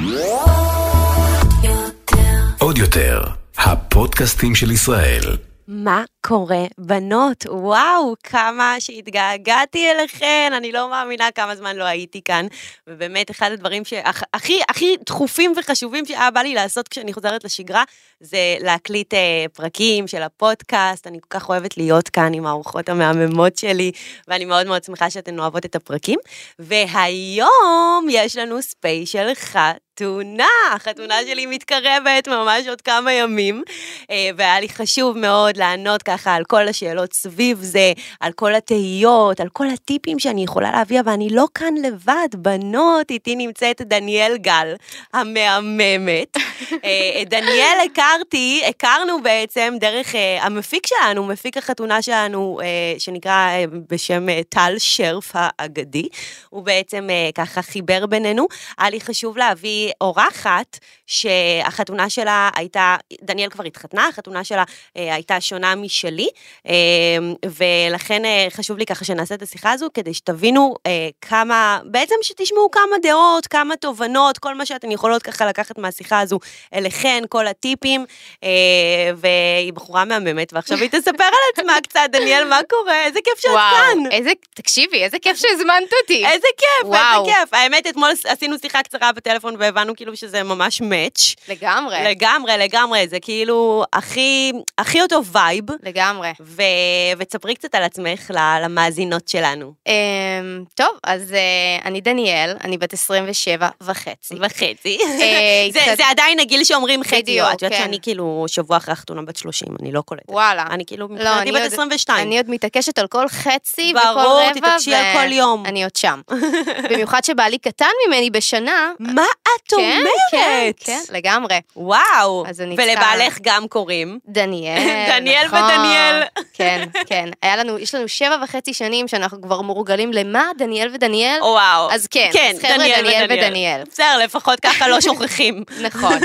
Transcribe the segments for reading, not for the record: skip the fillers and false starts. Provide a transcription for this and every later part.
עוד יותר, הפודקאסטים של ישראל. מה קורה, בנות? וואו, כמה שהתגעגעתי אליכן, אני לא מאמינה כמה זמן לא הייתי כאן, ובאמת אחד הדברים הכי דחופים וחשובים שהיה בא לי לעשות כשאני חוזרת לשגרה, זה להקליט פרקים של הפודקאסט, אני כל כך אוהבת להיות כאן עם האורחות המהממות שלי, ואני מאוד מאוד שמחה שאתן אוהבות את הפרקים, והיום יש לנו ספיישל החתונה שלי מתקרבת ממש עוד כמה ימים, והיה לי חשוב מאוד לענות ככה על כל השאלות סביב זה, על כל התהיות, על כל הטיפים שאני יכולה להביא, אבל אני לא כאן לבד, בנות, איתי נמצאת דניאל גל, המהממת. דניאל הכרנו בעצם דרך המפיק שלנו, מפיק החתונה שלנו, שנקרא בשם טל שרף האגדי, הוא בעצם ככה חיבר בינינו, היה לי חשוב להביא אורחת שהחתונה שלה הייתה, דניאל כבר התחתנה, החתונה שלה הייתה שונה משלי, ולכן חשוב לי ככה שנעשה את השיחה הזו, כדי שתבינו כמה, בעצם שתשמעו כמה דעות, כמה תובנות, כל מה שאתן יכולות ככה לקחת מהשיחה הזו אליכן, כל הטיפים, והיא בחורה מהממת, ועכשיו היא תספר על עצמה קצת, דניאל, מה קורה? איזה כיף שאת כאן. תקשיבי, איזה כיף שהזמנת אותי. איזה כיף, איזה כיף. האמת, אתמול עשינו שיחה קצרה בטלפון, והבנו כאילו שזה ממש מאץ'. לגמרי, זה כאילו הכי אותו וייב. לגמרי. ותספרי קצת על עצמך למאזינות שלנו. טוב, אז אני דניאל, אני בת 27 וחצי. זה עדיין הגיל שאומרים חצי, את יודעת שאני כאילו שבוע אחרי החתונה בת 30, אני לא קולטת. וואלה. אני כאילו מבחינתי בת 22. אני עוד מתעקשת על כל חצי וכל רבע. ברור, תתעקשי על כל יום. אני עוד שם. במיוחד שבעלי קטן ממני בשנה. מה את אומרת? כן, לגמרי. וואו. ולבעלך גם קוראים. דניאל ודניאל. כן. יש לנו 7.5 שנים שאנחנו כבר מורגלים למה דניאל ודניאל. וואו. אז כן, דניאל ודניאל. בסדר, לפחות ככה לא שוכחים. נכון.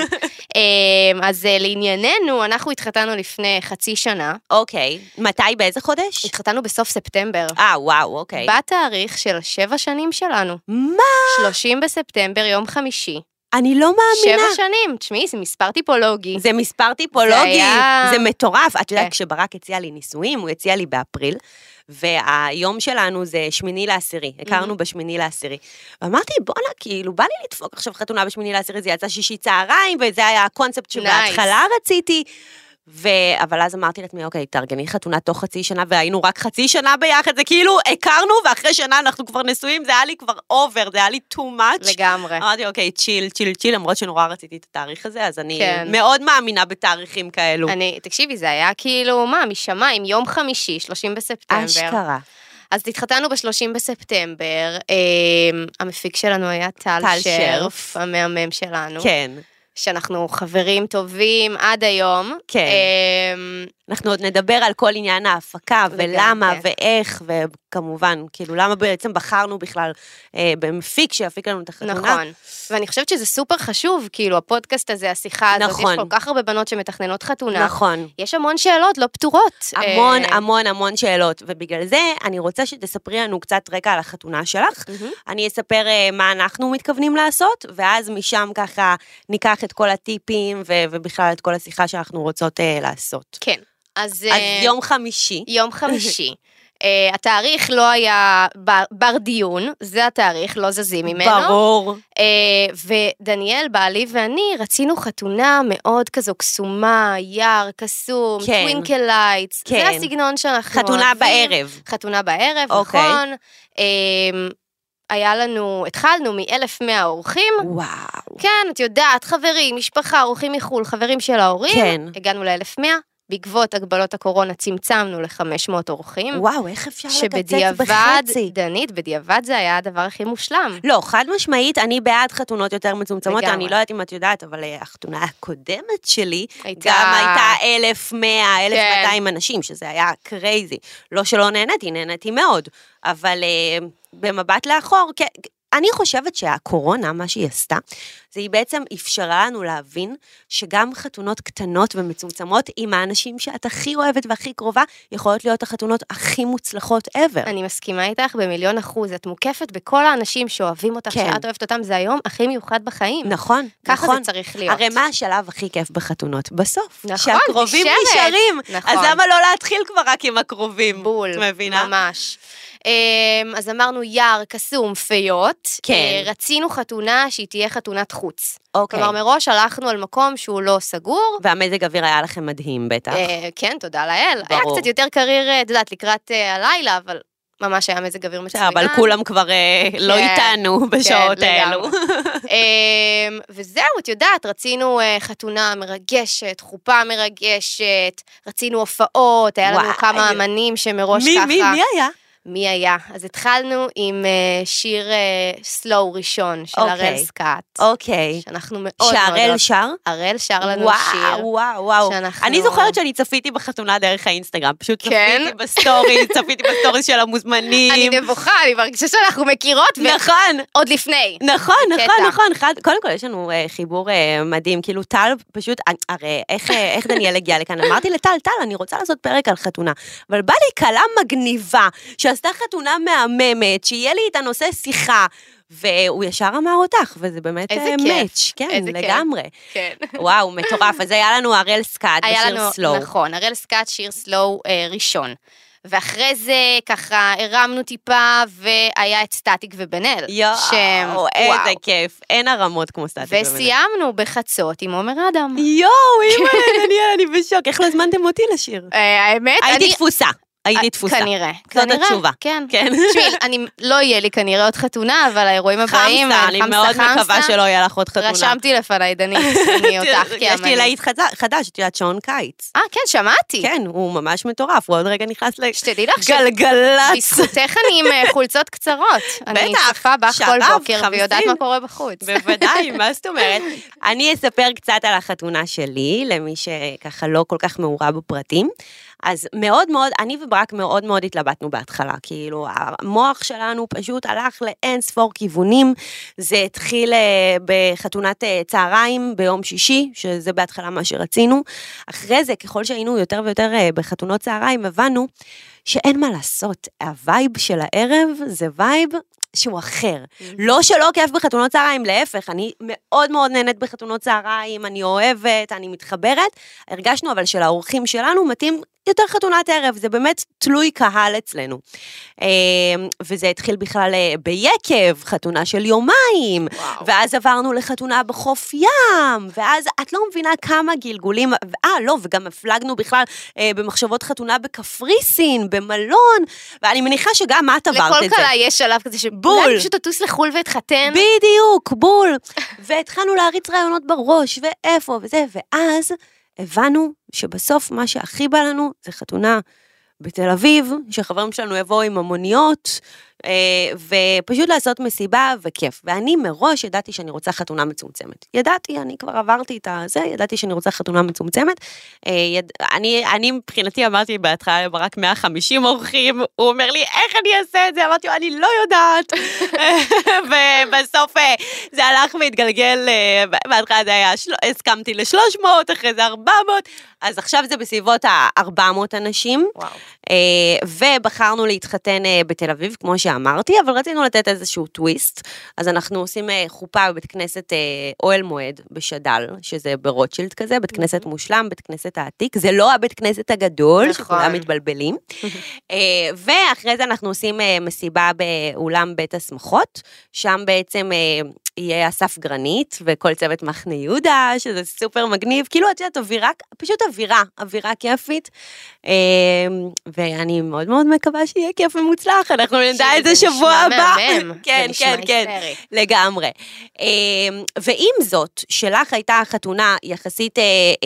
אז לענייננו, אנחנו התחתנו לפני חצי שנה. אוקיי. מתי, באיזה חודש? התחתנו בסוף ספטמבר. וואו, אוקיי. בתאריך של 7 שנים שלנו. מה? 30 בספטמבר, יום חמישי. אני לא מאמינה. 7 שנים, תשמעי, זה מספר טיפולוגי. זה מספר טיפולוגי, זה מטורף. את יודעת, כשברק הציע לי נישואים, הוא הציע לי באפריל, והיום שלנו זה 8/10, הכרנו ב8/10. ואמרתי, בוא'נה, כאילו, בא לי לדפוק עכשיו חתונה ב8/10, זה יצא 6 צהריים, וזה היה הקונספט שבהתחלה רציתי, אבל אז אמרתי לעצמי, אוקיי, תארגני חתונה תוך חצי שנה, והיינו רק חצי שנה ביחד, זה כאילו הכרנו, ואחרי שנה אנחנו כבר נשואים, זה היה לי כבר אובר, זה היה לי too much. לגמרי. אמרתי, אוקיי, צ'יל, למרות שנורא רציתי את התאריך הזה, אז אני מאוד מאמינה בתאריכים כאלו. תקשיבי, זה היה כאילו, משמיים, יום חמישי, 30 בספטמבר. אשכרה. אז התחתנו ב-30 בספטמבר, המפיק שלנו היה טל שרף, המהמם שלנו. כן. שאנחנו חברים טובים עד היום. כן. אנחנו עוד נדבר על כל עניין ההפקה, ולמה, ואיך, וכמובן, כאילו, למה בעצם בחרנו בכלל במפיק שיפיק לנו את החתונה. נכון, ואני חושבת שזה סופר חשוב, כאילו, הפודקאסט הזה, השיחה הזאת, נכון. יש כל כך הרבה בנות שמתכננות חתונה. נכון. יש המון שאלות לא פתורות. המון שאלות, ובגלל זה אני רוצה שתספרי לנו קצת רקע על החתונה שלך, אני אספר מה אנחנו מתכוונים לעשות, ואז משם ככה ניקח את כל הטיפים, ובכלל את כל השיחה שאנחנו רוצות לעשות. כן. אז יום חמישי. התאריך לא היה בר דיון, זה התאריך, לא זזים ממנו. ברור. ודניאל, בעלי ואני, רצינו חתונה מאוד כזו קסומה, יער, קסום, טווינקל לייטס, זה הסגנון שאנחנו חתונה בערב, נכון. התחלנו מ-1,100 אורחים. וואו. כן, את יודעת, חברים, משפחה, אורחים מחול, חברים של ההורים. כן. הגענו ל-1,100. בעקבות הגבלות הקורונה צמצמנו ל-500 אורחים. וואו, איך אפשר לקצץ בחצי? שבדיעבד, דנית, בדיעבד זה היה הדבר הכי מושלם. לא, חד משמעית, אני בעד חתונות יותר מצומצמות, אני לא יודעת אם את יודעת, אבל החתונה הקודמת שלי, גם הייתה 1,100, 1,200 אנשים, שזה היה קרייזי. לא שלא נהניתי מאוד, אבל במבט לאחור, אני חושבת שהקורונה, מה שהיא עשתה, זה היא בעצם אפשרה לנו להבין שגם חתונות קטנות ומצומצמות עם האנשים שאת הכי אוהבת והכי קרובה, יכולות להיות החתונות הכי מוצלחות ever. אני מסכימה איתך ב1,000,000%, את מוקפת בכל האנשים שאוהבים אותך, שאת אוהבת אותם, זה היום הכי מיוחד בחיים. נכון, ככה זה צריך להיות. הרי מה השלב הכי כיף בחתונות? בסוף. שהקרובים נשארים. אז למה לא להתחיל כבר רק עם הקרובים? בול, ממש. אז אמרנו יער, קסום, פיות. כן. רצינו חתונה שהיא תהיה חתונת חוץ. כלומר, מראש הלכנו על מקום שהוא לא סגור. והמזג אוויר היה לכם מדהים, בטח. כן, תודה לאל. היה קצת יותר קריר, את יודעת, לקראת הלילה, אבל ממש היה מזג אוויר מצוין. אבל כולם כבר לא איתנו בשעות האלו. וזהו, את יודעת, רצינו חתונה מרגשת, חופה מרגשת, רצינו הופעות, היה לנו כמה אמנים שמראש ככה. מי היה? מי היה? אז התחלנו עם שיר סלואו ראשון של הראל סקאט. אוקיי. שאנחנו מאוד מאוד... שהראל שר? הראל שר לנו שיר. וואו. אני זוכרת שאני צפיתי בחתונה דרך האינסטגרם. פשוט צפיתי בסטוריז של המוזמנים. אני נבוכה, אני מרגישה שאנחנו מכירות. נכון. עוד לפני. נכון. קודם כל יש לנו חיבור מדהים. כאילו טל פשוט, הרי איך דניאל הגיע לכאן? אמרתי לטל, אני רוצה לעשות פרק על חתונה. אבל בא לי קלה מגניבה, שעשתה חתונה מהממת, שיהיה לי את הנושא שיחה, והוא ישר אמר אותך, וזה באמת מאץ', כן, לגמרי. וואו, מטורף. אז היה לנו הראל סקאט בשיר סלואו. נכון, הראל סקאט שיר סלואו ראשון. ואחרי זה ככה הרמנו טיפה, והיה את סטטיק ובן-אל. יואו, איזה כיף. אין הרמות כמו סטטיק ובן-אל. וסיימנו בחצות עם עומר אדם. יואו, אימא, דניאל, אני בשוק. איך לא הזמנתם אותי לשיר? האמת, הייתי תפוסה. הייתי תפוסה. כנראה. זאת התשובה. כן. תשמעי, לא יהיה לי כנראה עוד חתונה, אבל האירועים הבאים, חמסה, אני מאוד מקווה שלא יהיה לך עוד חתונה. רשמתי לפניי, דנית, אני אותך כאמנית. יש לי להיט חדש, את יודעת, שעון קיץ. כן, שמעתי. כן, הוא ממש מטורף, הוא עוד רגע נכנס שתדעי לך לגלגלץ. בזכותך אני עם חולצות קצרות. אני צופה בך כל בוקר, ויודעת מה קורה בחוץ. בוודאי, מה זאת אומרת? אני אספר קצת על החתונה שלי, למי שככה לא כל כך מעורה בפרטים. אז מאוד מאוד, אני וברק מאוד מאוד התלבטנו בהתחלה, כאילו המוח שלנו פשוט הלך לאין ספור כיוונים, זה התחיל בחתונת צהריים ביום שישי, שזה בהתחלה מה שרצינו, אחרי זה ככל שהיינו יותר ויותר בחתונות צהריים, הבנו שאין מה לעשות, הווייב של הערב זה וייב שהוא אחר. לא שלא כיף בחתונות צהריים, להפך, אני מאוד מאוד נהנית בחתונות צהריים, אני אוהבת, אני מתחברת, הרגשנו אבל של האורחים שלנו מתאים יותר חתונת ערב, זה באמת תלוי קהל אצלנו. וזה התחיל בכלל ביקב, חתונה של יומיים, ואז עברנו לחתונה בחוף ים, ואז את לא מבינה כמה גלגולים, וגם הפלגנו בכלל במחשבות חתונה בקפריסין, במלון, ואני מניחה שגם את עברת את זה. לכל כלה יש שלב כזה שבול. פשוט תטוס לחול והתחתן. בדיוק, בול. והתחלנו להריץ רעיונות בראש, ואיפה וזה, ואז הבנו שבסוף מה שהכי בא לנו זה חתונה בתל אביב, שחברים שלנו יבואו עם המוניות, ופשוט לעשות מסיבה וכיף. ואני מראש ידעתי שאני רוצה חתונה מצומצמת. ידעתי, אני כבר עברתי את זה, ידעתי שאני רוצה חתונה מצומצמת. אני מבחינתי אמרתי בהתחלה לברק 150 אורחים, הוא אומר לי, איך אני אעשה את זה? אמרתי, אני לא יודעת. ובסוף זה הלך והתגלגל, בהתחלה זה היה, הסכמתי ל300, אחרי זה 400, אז עכשיו זה בסביבות ה-400 אנשים. וואו. ובחרנו להתחתן בתל אביב, כמו שאמרתי, אבל רצינו לתת איזשהו טוויסט, אז אנחנו עושים חופה בבית כנסת אוהל מועד בשדל, שזה ברוטשילד כזה, בית כנסת מושלם, בית כנסת העתיק, זה לא הבית כנסת הגדול, שכולם מתבלבלים, ואחרי זה אנחנו עושים מסיבה באולם בית השמחות, שם בעצם יהיה אסף גרנית, וכל צוות מחנה יהודה, שזה סופר מגניב, כאילו את יודעת, פשוט אווירה כיפית, ואני מאוד מאוד מקווה שיהיה כיף ומוצלח, אנחנו נדע את זה שבוע הבא. כן, לגמרי. ועם זאת, שלך הייתה חתונה יחסית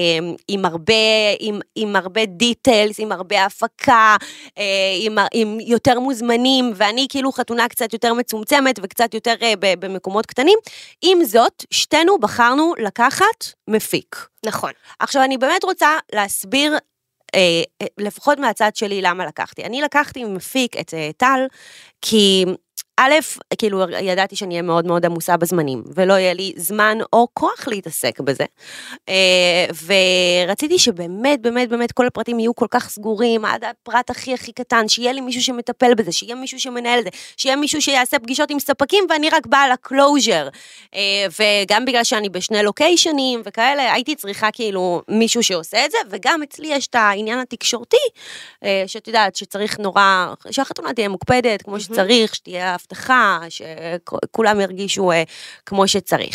עם הרבה דיטלס, עם הרבה הפקה, עם יותר מוזמנים, ואני כאילו חתונה קצת יותר מצומצמת, וקצת יותר במקומות קטנים, עם זאת, שתינו בחרנו לקחת מפיק. נכון. עכשיו, אני באמת רוצה להסביר, לפחות מהצד שלי, למה לקחתי. אני לקחתי מפיק את טל, כי א', כאילו ידעתי שאני אהיה מאוד מאוד עמוסה בזמנים, ולא יהיה לי זמן או כוח להתעסק בזה. ורציתי שבאמת, באמת, באמת כל הפרטים יהיו כל כך סגורים, עד הפרט הכי הכי קטן, שיהיה לי מישהו שמטפל בזה, שיהיה מישהו שמנהל את זה, שיהיה מישהו שיעשה פגישות עם ספקים, ואני רק באה לקלוז'ר. וגם בגלל שאני בשני לוקיישנים וכאלה, הייתי צריכה כאילו מישהו שעושה את זה, וגם אצלי יש את העניין התקשורתי, שאת יודעת שצריך נורא, שהחתונה תהיה מוקפדת כמו שצריך, שתהיה הבטחה, שכולם ירגישו כמו שצריך.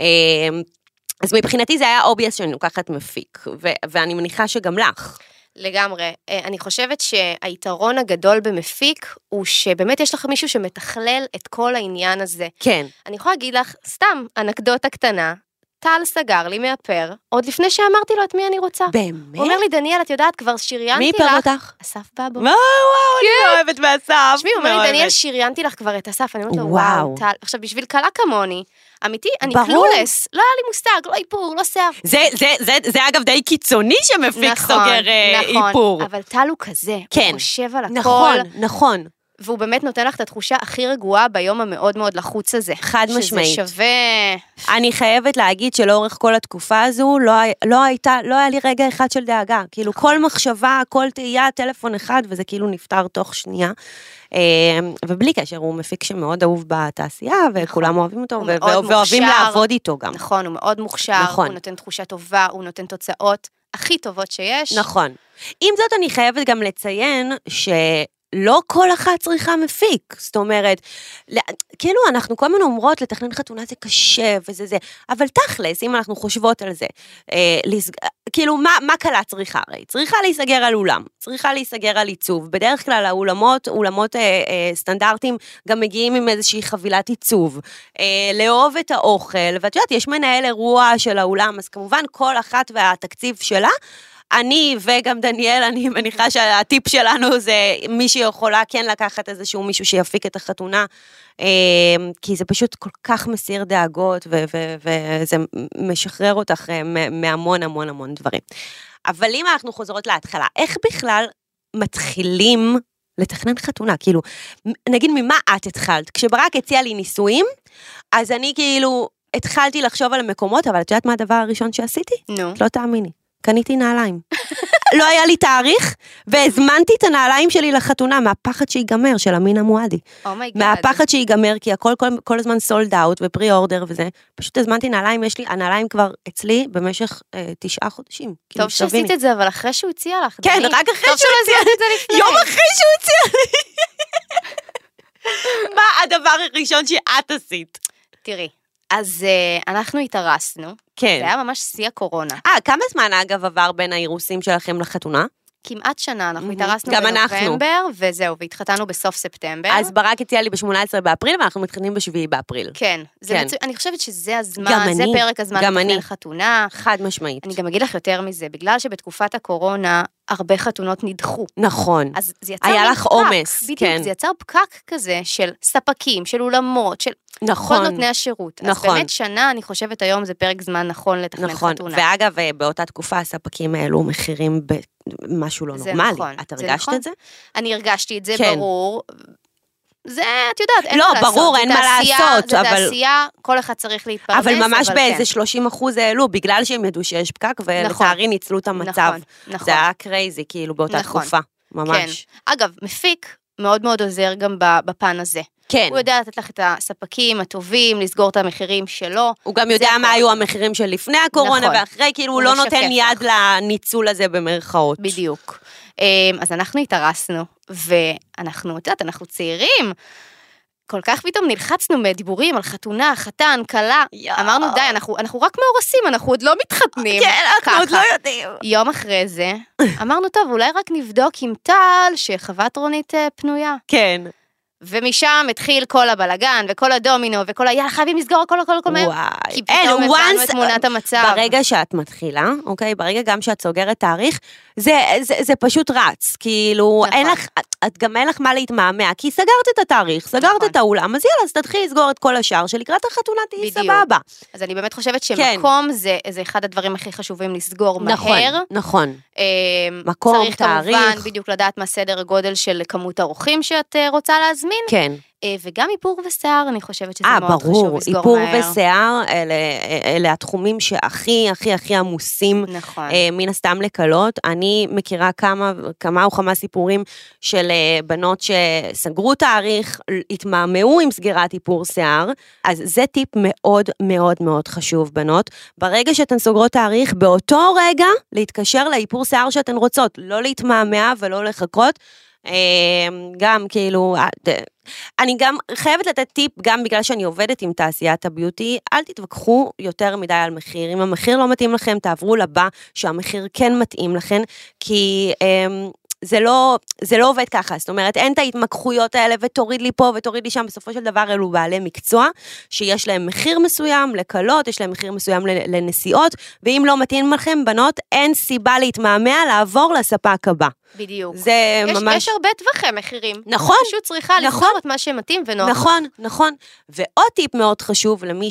אז מבחינתי זה היה אובייס שאני לוקחת מפיק, ואני מניחה שגם לך. לגמרי. אני חושבת שהיתרון הגדול במפיק, הוא שבאמת יש לך מישהו שמתכלל את כל העניין הזה. כן. אני יכולה להגיד לך, סתם, אנקדוטה קטנה, טל סגר לי מאפר, עוד לפני שאמרתי לו את מי אני רוצה. באמת? הוא אומר לי, דניאל, את יודעת, כבר שריינתי לך. מי פר אותך? אסף בבו. וואו, אני אוהבת באסף. שמי, הוא אומר לי, דניאל, שריינתי לך כבר את אסף. אני אומרת לו, וואו, טל. עכשיו, בשביל קלה כמוני, אמיתי, אני קלולס. לא היה לי מושג, לא איפור, לא שיער. זה אגב די קיצוני שמפיק סוגר איפור. נכון, אבל טל הוא כזה. הוא חושב על הכל. נכון. והוא באמת נותן לך את התחושה הכי רגועה ביום המאוד מאוד לחוץ הזה. חד משמעית. שזה שווה... אני חייבת להגיד שלאורך כל התקופה הזו, לא היה לי רגע אחד של דאגה. כאילו כל מחשבה, כל תהייה, טלפון אחד, וזה כאילו נפטר תוך שנייה. ובלי קשר, הוא מפיק שמאוד אהוב בתעשייה, וכולם אוהבים אותו, ואוהבים לעבוד איתו גם. נכון, הוא מאוד מוכשר, הוא נותן תחושה טובה, הוא נותן תוצאות הכי טובות שיש. נכון. עם זאת, אני חייבת גם לציין לא כל אחת צריכה מפיק, זאת אומרת, כאילו אנחנו כל הזמן אומרות, לתכנן חתונה זה קשה וזה זה, אבל תכלס, אם אנחנו חושבות על זה, כאילו מה קלה צריכה הרי? צריכה להיסגר על אולם, צריכה להיסגר על עיצוב, בדרך כלל אולמות סטנדרטיים גם מגיעים עם איזושהי חבילת עיצוב, לאהוב את האוכל, ואת יודעת, יש מנהל אירוע של האולם, אז כמובן כל אחת והתקציב שלה, אני וגם דניאל, אני מניחה שהטיפ שלנו זה מי שיכולה כן לקחת איזשהו מישהו שיפיק את החתונה, כי זה פשוט כל כך מסיר דאגות, וזה משחרר אותך מהמון המון המון דברים. אבל אם אנחנו חוזרות להתחלה, איך בכלל מתחילים לתכנן חתונה? כאילו, נגיד ממה את התחלת? כשברק הציע לי נישואים, אז אני כאילו התחלתי לחשוב על המקומות, אבל את יודעת מה הדבר הראשון שעשיתי? נו. לא תאמיני. קניתי נעליים. לא היה לי תאריך, והזמנתי את הנעליים שלי לחתונה, מהפחד שיגמר, של אמין המועדי. מהפחד שיגמר, כי הכל כל הזמן סולד אאוט, ופרי אורדר וזה. פשוט הזמנתי נעליים, יש לי, הנעליים כבר אצלי, במשך 9 חודשים. טוב שעשית את זה, אבל אחרי שהוא הציע לך. כן, רק אחרי שהוא הציע לי. יום אחרי שהוא הציע לי. מה הדבר הראשון שאת עשית? תראי. אז אנחנו התארסנו, כן. זה היה ממש שיא הקורונה. כמה זמן אגב עבר בין האירוסים שלכם לחתונה? כמעט שנה, אנחנו התארסנו בנובמבר, וזהו, והתחתנו בסוף ספטמבר. אז ברק הציע לי ב-18 באפריל, ואנחנו מתחתנים ב-7 באפריל. כן, אני חושבת שזה הזמן, זה פרק הזמן לתכנן חתונה. חד משמעית. אני גם אגיד לך יותר מזה, בגלל שבתקופת הקורונה, הרבה חתונות נדחו. נכון. אז זה יצר היה לך עומס. בדיוק, זה יצר פקק כזה של ספקים, של אולמות, של כל נותני השירות. אז באמת שנה, אני חושבת היום, זה פרק זמן נכון לתכנן חתונה. ואגב, באותה תקופה, הספקים האלו מחירים משהו לא נורמלי. את הרגשת את זה? אני הרגשתי את זה, ברור. זה, את יודעת, אין מה לעשות. לא, ברור, אין מה לעשות. זה תעשייה, כל אחד צריך להתפרנס. אבל ממש באיזה 30% העלו, בגלל שהם ידעו שיש פקק, ולצערי ניצלו את המצב. זה היה קרייזי, כאילו, באותה תקופה. ממש. אגב, מפיק מאוד מאוד עוזר גם בפן הזה. כן. הוא יודע לתת לך את הספקים הטובים, לסגור את המחירים שלו. הוא גם יודע מה היו המחירים של לפני הקורונה, ואחרי, כאילו, הוא לא נותן יד לניצול הזה במרכאות. בדיוק. אז אנחנו התארסנו, ואנחנו, את יודעת, אנחנו צעירים, כל כך פתאום נלחצנו מדיבורים על חתונה, חתן, קלה, אמרנו די, אנחנו רק מאורסים, אנחנו עוד לא מתחתנים. כן, אנחנו עוד לא יודעים. יום אחרי זה, אמרנו טוב, אולי רק נבדוק עם טל, שחוות רונית פנויה. כן. ומשם התחיל כל הבלגן, וכל הדומינו, וכל יאללה, חייבים לסגור הכל מהר. כי פתאום הבנו את תמונת המצב. ברגע שאת מתחילה, אוקיי, ברגע גם שאת סוגרת תאריך, זה פשוט רץ, כאילו, גם אין לך מה להתמהמה, כי סגרת את התאריך, סגרת את האולם, אז יאללה, אז תתחיל לסגור את כל השאר, שלקראת החתונה תהי סבבה. אז אני באמת חושבת שמקום זה אחד הדברים הכי חשובים לסגור מהר. נכון. מקום, תאריך. צריך כמובן בדיוק לדעת מה סדר הגודל של כמות האורחים שאת רוצה להזמין. כן. וגם איפור ושיער, אני חושבת שזה מאוד חשוב לסגור מהר. ברור, איפור ושיער, אלה התחומים שהכי, הכי, הכי עמוסים, נכון. מן הסתם לקלות. אני מכירה כמה או כמה סיפורים של בנות שסגרו תאריך, התמהמהו עם סגירת איפור שיער, אז זה טיפ מאוד מאוד מאוד חשוב, בנות. ברגע שאתן סוגרות תאריך, באותו רגע להתקשר לאיפור שיער שאתן רוצות, לא להתמהמה ולא לחכות, גם כאילו, אני גם חייבת לתת טיפ, גם בגלל שאני עובדת עם תעשיית הביוטי, אל תתווכחו יותר מדי על מחיר, אם המחיר לא מתאים לכם, תעברו לבא שהמחיר כן מתאים לכם, כי זה לא עובד ככה, זאת אומרת, אין את ההתמקחויות האלה, ותוריד לי פה ותוריד לי שם, בסופו של דבר אלו בעלי מקצוע, שיש להם מחיר מסוים לקלות, יש להם מחיר מסוים לנסיעות, ואם לא מתאים לכם, בנות, אין סיבה להתמהמה לעבור לספק הבא. בדיוק. זה ממש... יש הרבה טווחי מחירים. נכון. פשוט צריכה לבחור את מה שמתאים ונוח. נכון, נכון. ועוד טיפ מאוד חשוב למי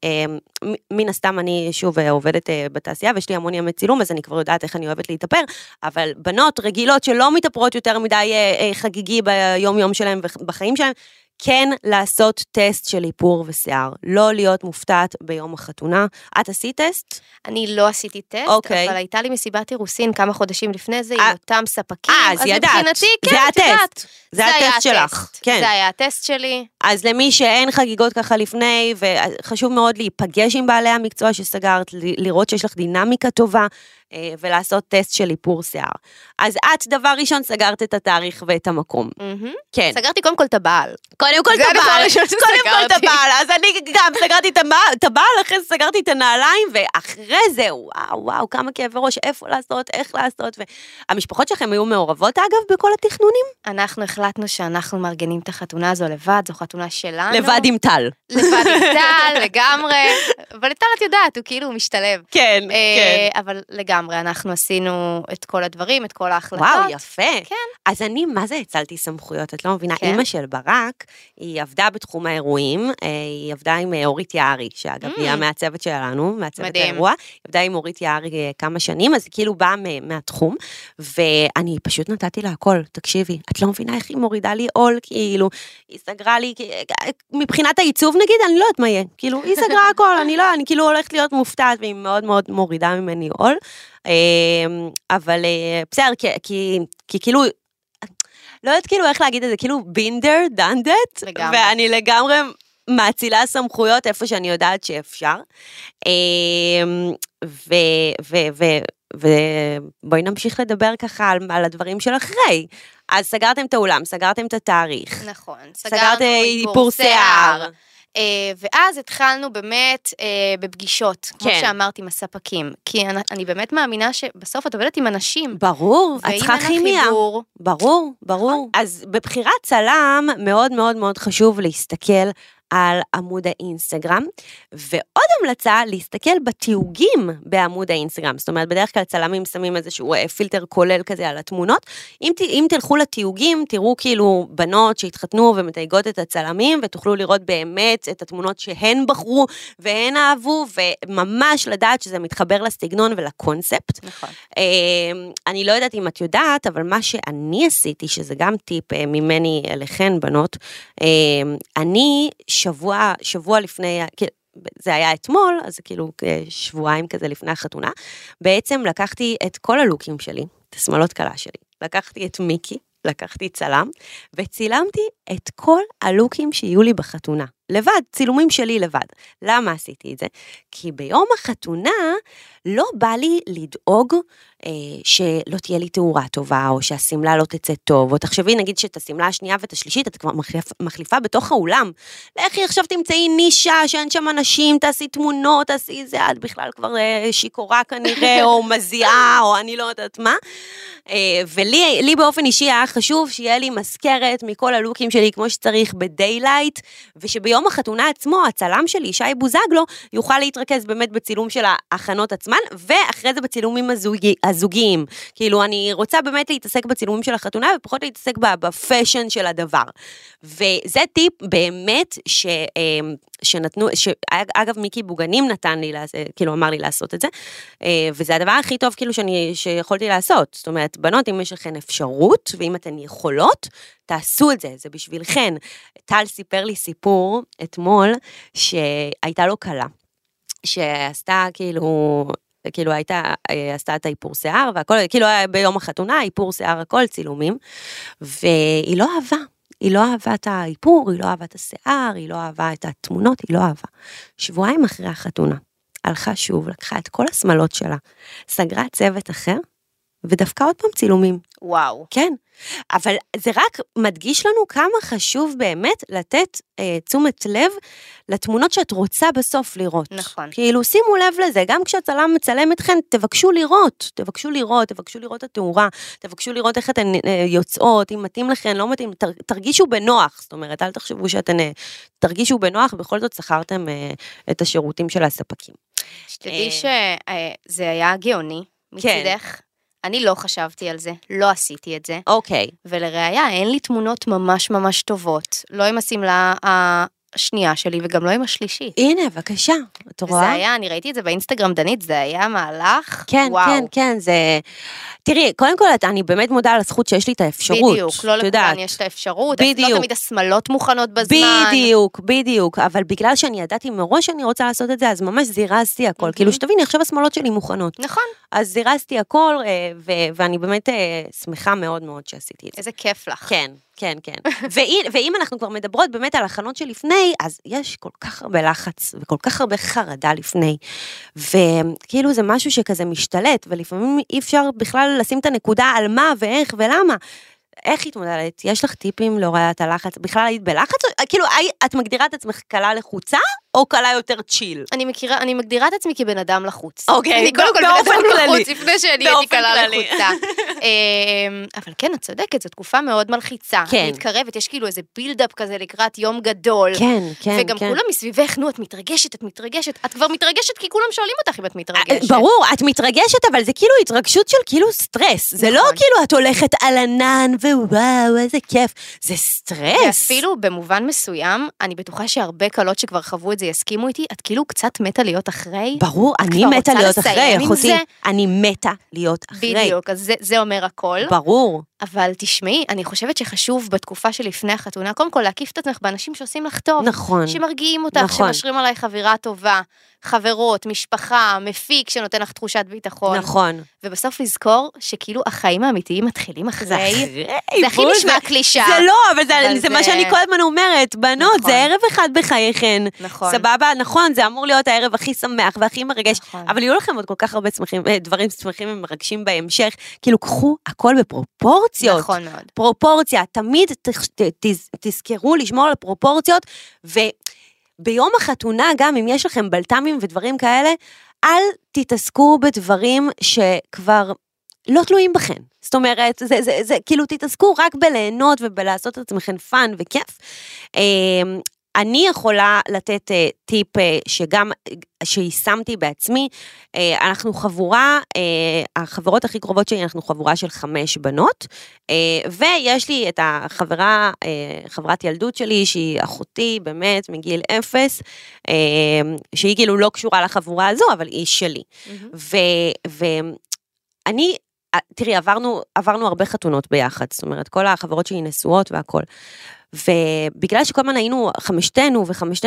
מן הסתם אני שוב עובדת בתעשייה, ויש לי המון ימי צילום, אז אני כבר יודעת איך אני אוהבת להתאפר, אבל בנות רגילות שלא מתאפרות יותר מדי חגיגי ביום יום שלהם ובחיים שלהם, כן לעשות טסט של איפור ושיער, לא להיות מופתעת ביום החתונה. את עשית טסט? אני לא עשיתי טסט, אבל הייתה לי מסיבת אירוסין כמה חודשים לפני זה, עם אותם ספקים, אז ידעת, זה הטסט, זה הטסט שלך. זה היה הטסט שלי. אז למי שאין חגיגות ככה לפני, וחשוב מאוד להיפגש עם בעלי המקצוע שסגרת, לראות שיש לך דינמיקה טובה, ולעשות טסט של איפור שיער. אז את דבר ראשון סגרת את התאריך ואת המקום. כן. סגרתי קודם כל את הבעל. קודם כל את הבעל, אז אני גם סגרתי את הבעל, אחרי זה סגרתי את הנעליים, ואחרי זה, וואו, כמה כאבי ראש, איפה לעשות, איך לעשות, והמשפחות שלכם היו מעורבות אגב בכל התכנונים? אנחנו החלטנו שאנחנו מארגנים את החתונה הזו לבד, זו חתונה שלנו. לבד עם טל. לבד עם טל, לגמרי, אבל טל את יודעת, הוא כאילו משתלב. כן, כן. אבל לגמרי, אנחנו עשינו את כל הדברים, את כל ההחלטות. וואו, יפה. כן. אז אני, מה זה הצלתי סמכויות? את לא מבינה, אמא של ברק, היא עבדה בתחום האירועים, היא עבדה עם אורית יערי, שאגב, היא המעצבת שלנו, מעצבת האירוע, היא עבדה עם אורית יערי כמה שנים, אז היא כאילו באה מהתחום, ואני פשוט נתתי לה הכל, תקשיבי, את לא מבינה איך היא מורידה לי עול, כאילו, היא סגרה לי, מבחינת העיצוב נגיד, אני לא יודעת מה יהיה, כאילו, היא סגרה הכל, אני כאילו הולכת להיות מופתעת, והיא מאוד מאוד מורידה ממני עול, אבל בסדר, כי כאילו, לא יודעת כאילו איך להגיד את זה, כאילו בינדר, דנדת, ואני לגמרי מאצילה סמכויות איפה שאני יודעת שאפשר, ובואי נמשיך לדבר ככה על הדברים של אחרי, אז סגרתם את האולם, סגרתם את התאריך, נכון, סגרתם איפור שיער, ואז התחלנו באמת בפגישות, כמו שאמרתי, עם הספקים, כי אני באמת מאמינה שבסוף את עובדת עם אנשים. ברור, את צריכה כימיה. ברור. אז בבחירת צלם מאוד מאוד מאוד חשוב להסתכל על עמוד האינסטגרם, ועוד המלצה להסתכל בתיוגים בעמוד האינסטגרם, זאת אומרת, בדרך כלל צלמים שמים איזשהו פילטר כולל כזה על התמונות, אם תלכו לתיוגים, תראו כאילו בנות שהתחתנו ומתייגות את הצלמים, ותוכלו לראות באמת את התמונות שהן בחרו, והן אהבו, וממש לדעת שזה מתחבר לסגנון ולקונספט. נכון. אני לא יודעת אם את יודעת, אבל מה שאני עשיתי, שזה גם טיפ ממני אליכן בנות, אני שבוע לפני, זה היה אתמול, אז כאילו שבועיים כזה לפני החתונה, בעצם לקחתי את כל הלוקים שלי, את השמלות קלה שלי, לקחתי את מיקי, לקחתי צלם, וצילמתי את כל הלוקים שיהיו לי בחתונה, לבד, צילומים שלי לבד. למה עשיתי את זה? כי ביום החתונה לא בא לי לדאוג שלא תהיה לי תאורה טובה, או שהסמלה לא תצא טוב, או תחשבי נגיד שאת הסמלה השנייה ואת השלישית, את כבר מחליפה בתוך האולם. לכי עכשיו תמצאי נישה שאין שם אנשים, תעשי תמונות, תעשי זה, את בכלל כבר שיקורה כנראה, או מזיעה, או אני לא יודעת מה. ולי באופן אישי היה חשוב שיהיה לי מזכרת מכל הלוקים שלי כמו שצריך בדיילייט, ושביום החתונה עצמו, הצלם שלי, שי בוזגלו, יוכל להתרכז באמת בצילום של ההכנות עצמן, ואחרי זה בצילומים הזוגיים. כאילו, אני רוצה באמת להתעסק בצילומים של החתונה, ופחות להתעסק בפשן של הדבר. וזה טיפ באמת שנתנו, שאגב מיקי בוגנים נתן לי, כאילו אמר לי לעשות את זה, וזה הדבר הכי טוב כאילו שיכולתי לעשות. זאת אומרת, בנות, אם יש לכן אפשרות, ואם אתן יכולות, תעשו את זה, זה בשבילכן. טל סיפר לי סיפור אתמול, שהייתה לו קלה, שעשתה כאילו עשתה את האיפור שיער, והכל, כאילו ביום החתונה, איפור שיער, הכל צילומים, והיא לא אהבה. היא לא אהבה את האיפור, היא לא אהבה את השיער, היא לא אהבה את התמונות, היא לא אהבה. שבועיים אחרי החתונה, הלכה שוב, לקחה את כל השמלות שלה, סגרה צוות אחר, ודווקא עוד פעם צילומים. וואו. כן, אבל זה רק מדגיש לנו כמה חשוב באמת לתת תשומת לב לתמונות שאת רוצה בסוף לראות. נכון. כאילו שימו לב לזה, גם כשהצלם מצלם אתכן, תבקשו לראות את התאורה, תבקשו לראות איך אתן יוצאות, אם מתאים לכן, לא מתאים, תרגישו בנוח, זאת אומרת, אל תחשבו שאתן תרגישו בנוח, בכל זאת שכרתם את השירותים של הספקים. שתדעי שזה היה גאוני, מצדך. אני לא חשבתי על זה, לא עשיתי את זה. אוקיי. ולראיה, אין לי תמונות ממש ממש טובות. לא עם השמלה השנייה שלי, וגם לא עם השלישית. הנה, בבקשה, את רואה? זה היה, אני ראיתי את זה באינסטגרם, דנית, זה היה מהלך. כן, וואו. כן, כן, זה... תראי, קודם כל, אני באמת מודה על הזכות שיש לי את האפשרות. בדיוק, לא לכולן יש את האפשרות. בדיוק. לא תמיד השמלות מוכנות בזמן. בדיוק, אבל בגלל שאני ידעתי מראש שאני רוצה לעשות את זה, אז ממש זירזתי הכל. כאילו, שתביני, עכשיו השמלות שלי מוכנות. נכון. אז זירזתי הכל, ואני באמת שמחה מאוד מאוד שעשיתי את זה. איזה כיף לך. כן. כן, כן. ואם אנחנו כבר מדברות באמת על הכנות שלפני, אז יש כל כך הרבה לחץ, וכל כך הרבה חרדה לפני, וכאילו זה משהו שכזה משתלט, ולפעמים אי אפשר בכלל לשים את הנקודה על מה ואיך ולמה. איך התמודדת? יש לך טיפים להורדת הלחץ? בכלל היית בלחץ? כאילו, את מגדירה את עצמך קלה לחוצה, או קלה יותר צ'יל? אני מגדירה את עצמי כבן אדם לחוץ. אוקיי, אני קודם כל בן אדם לחוץ, לפני שאני הייתי קלה כללי. לחוצה. אבל כן, את צודקת, זו תקופה מאוד מלחיצה. כן. אני מתקרבת, יש כאילו איזה בילדאפ כזה לקראת יום גדול. כן, כן. וגם כולם מסביבך, נו, את מתרגשת. את כבר מתרגשת כי כולם שואלים אותך אם את מתרגשת. ברור, את מתרגשת, אבל זה כאילו התרגשות של כאילו סטרס. זה לא כאילו את הולכת על ענן, ווואו, איזה כיף. זה סטרס. ואפילו במובן מסוים, אני בטוחה שהרבה קלות שכבר חוו את זה יסכימו איתי, את כאילו קצת מתה להיות אחרי. ברור, אני מתה להיות אחרי, אחותי. אני מתה להיות אחרי. בדיוק, אז זה אומר הכל. ברור. אבל תשמעי, אני חושבת שחשוב בתקופה שלפני החתונה, קודם כל להקיף את עצמך באנשים שעושים לך טוב. נכון. שמרגיעים אותך, נכון. שמשרים עליי חבירה טובה, חברות, משפחה, מפיק שנותן לך תחושת ביטחון. נכון. ובסוף לזכור שכאילו החיים האמיתיים מתחילים אחרי. זה הכי נשמע קלישה. זה לא, אבל זה מה שאני כל הזמן אומרת, בנות, נכון. זה ערב אחד בחייכן. נכון. סבבה, נכון, זה אמור להיות הערב הכי שמח והכי מרגש, נכון. אבל יהיו לכם עוד כל כך הרבה דברים שמחים ומרגשים בהמשך, כאילו קחו הכל בפרופורציות. נכון מאוד. פרופורציה, תמיד תזכרו לשמור על הפרופורציות, וביום החתונה גם אם יש לכם בלטמים ודברים כאלה, אל תתעסקו בדברים שכבר לא תלויים בכם. זאת אומרת, זה כאילו תתעסקו רק בליהנות ובלעשות את עצמכם פן וכיף. אני יכולה לתת טיפ שגם שיישמתי בעצמי, אנחנו חבורה, החברות הכי קרובות שלי, אנחנו חבורה של 5 בנות, ויש לי את החברה, חברת ילדות שלי, שהיא אחותי באמת מגיל 0, שהיא כאילו לא קשורה לחבורה הזו, אבל היא שלי. ואני, תראי, עברנו הרבה חתונות ביחד, זאת אומרת, כל החברות שלי נשואות והכל. ובגלל שכל הזמן היינו חמשתנו,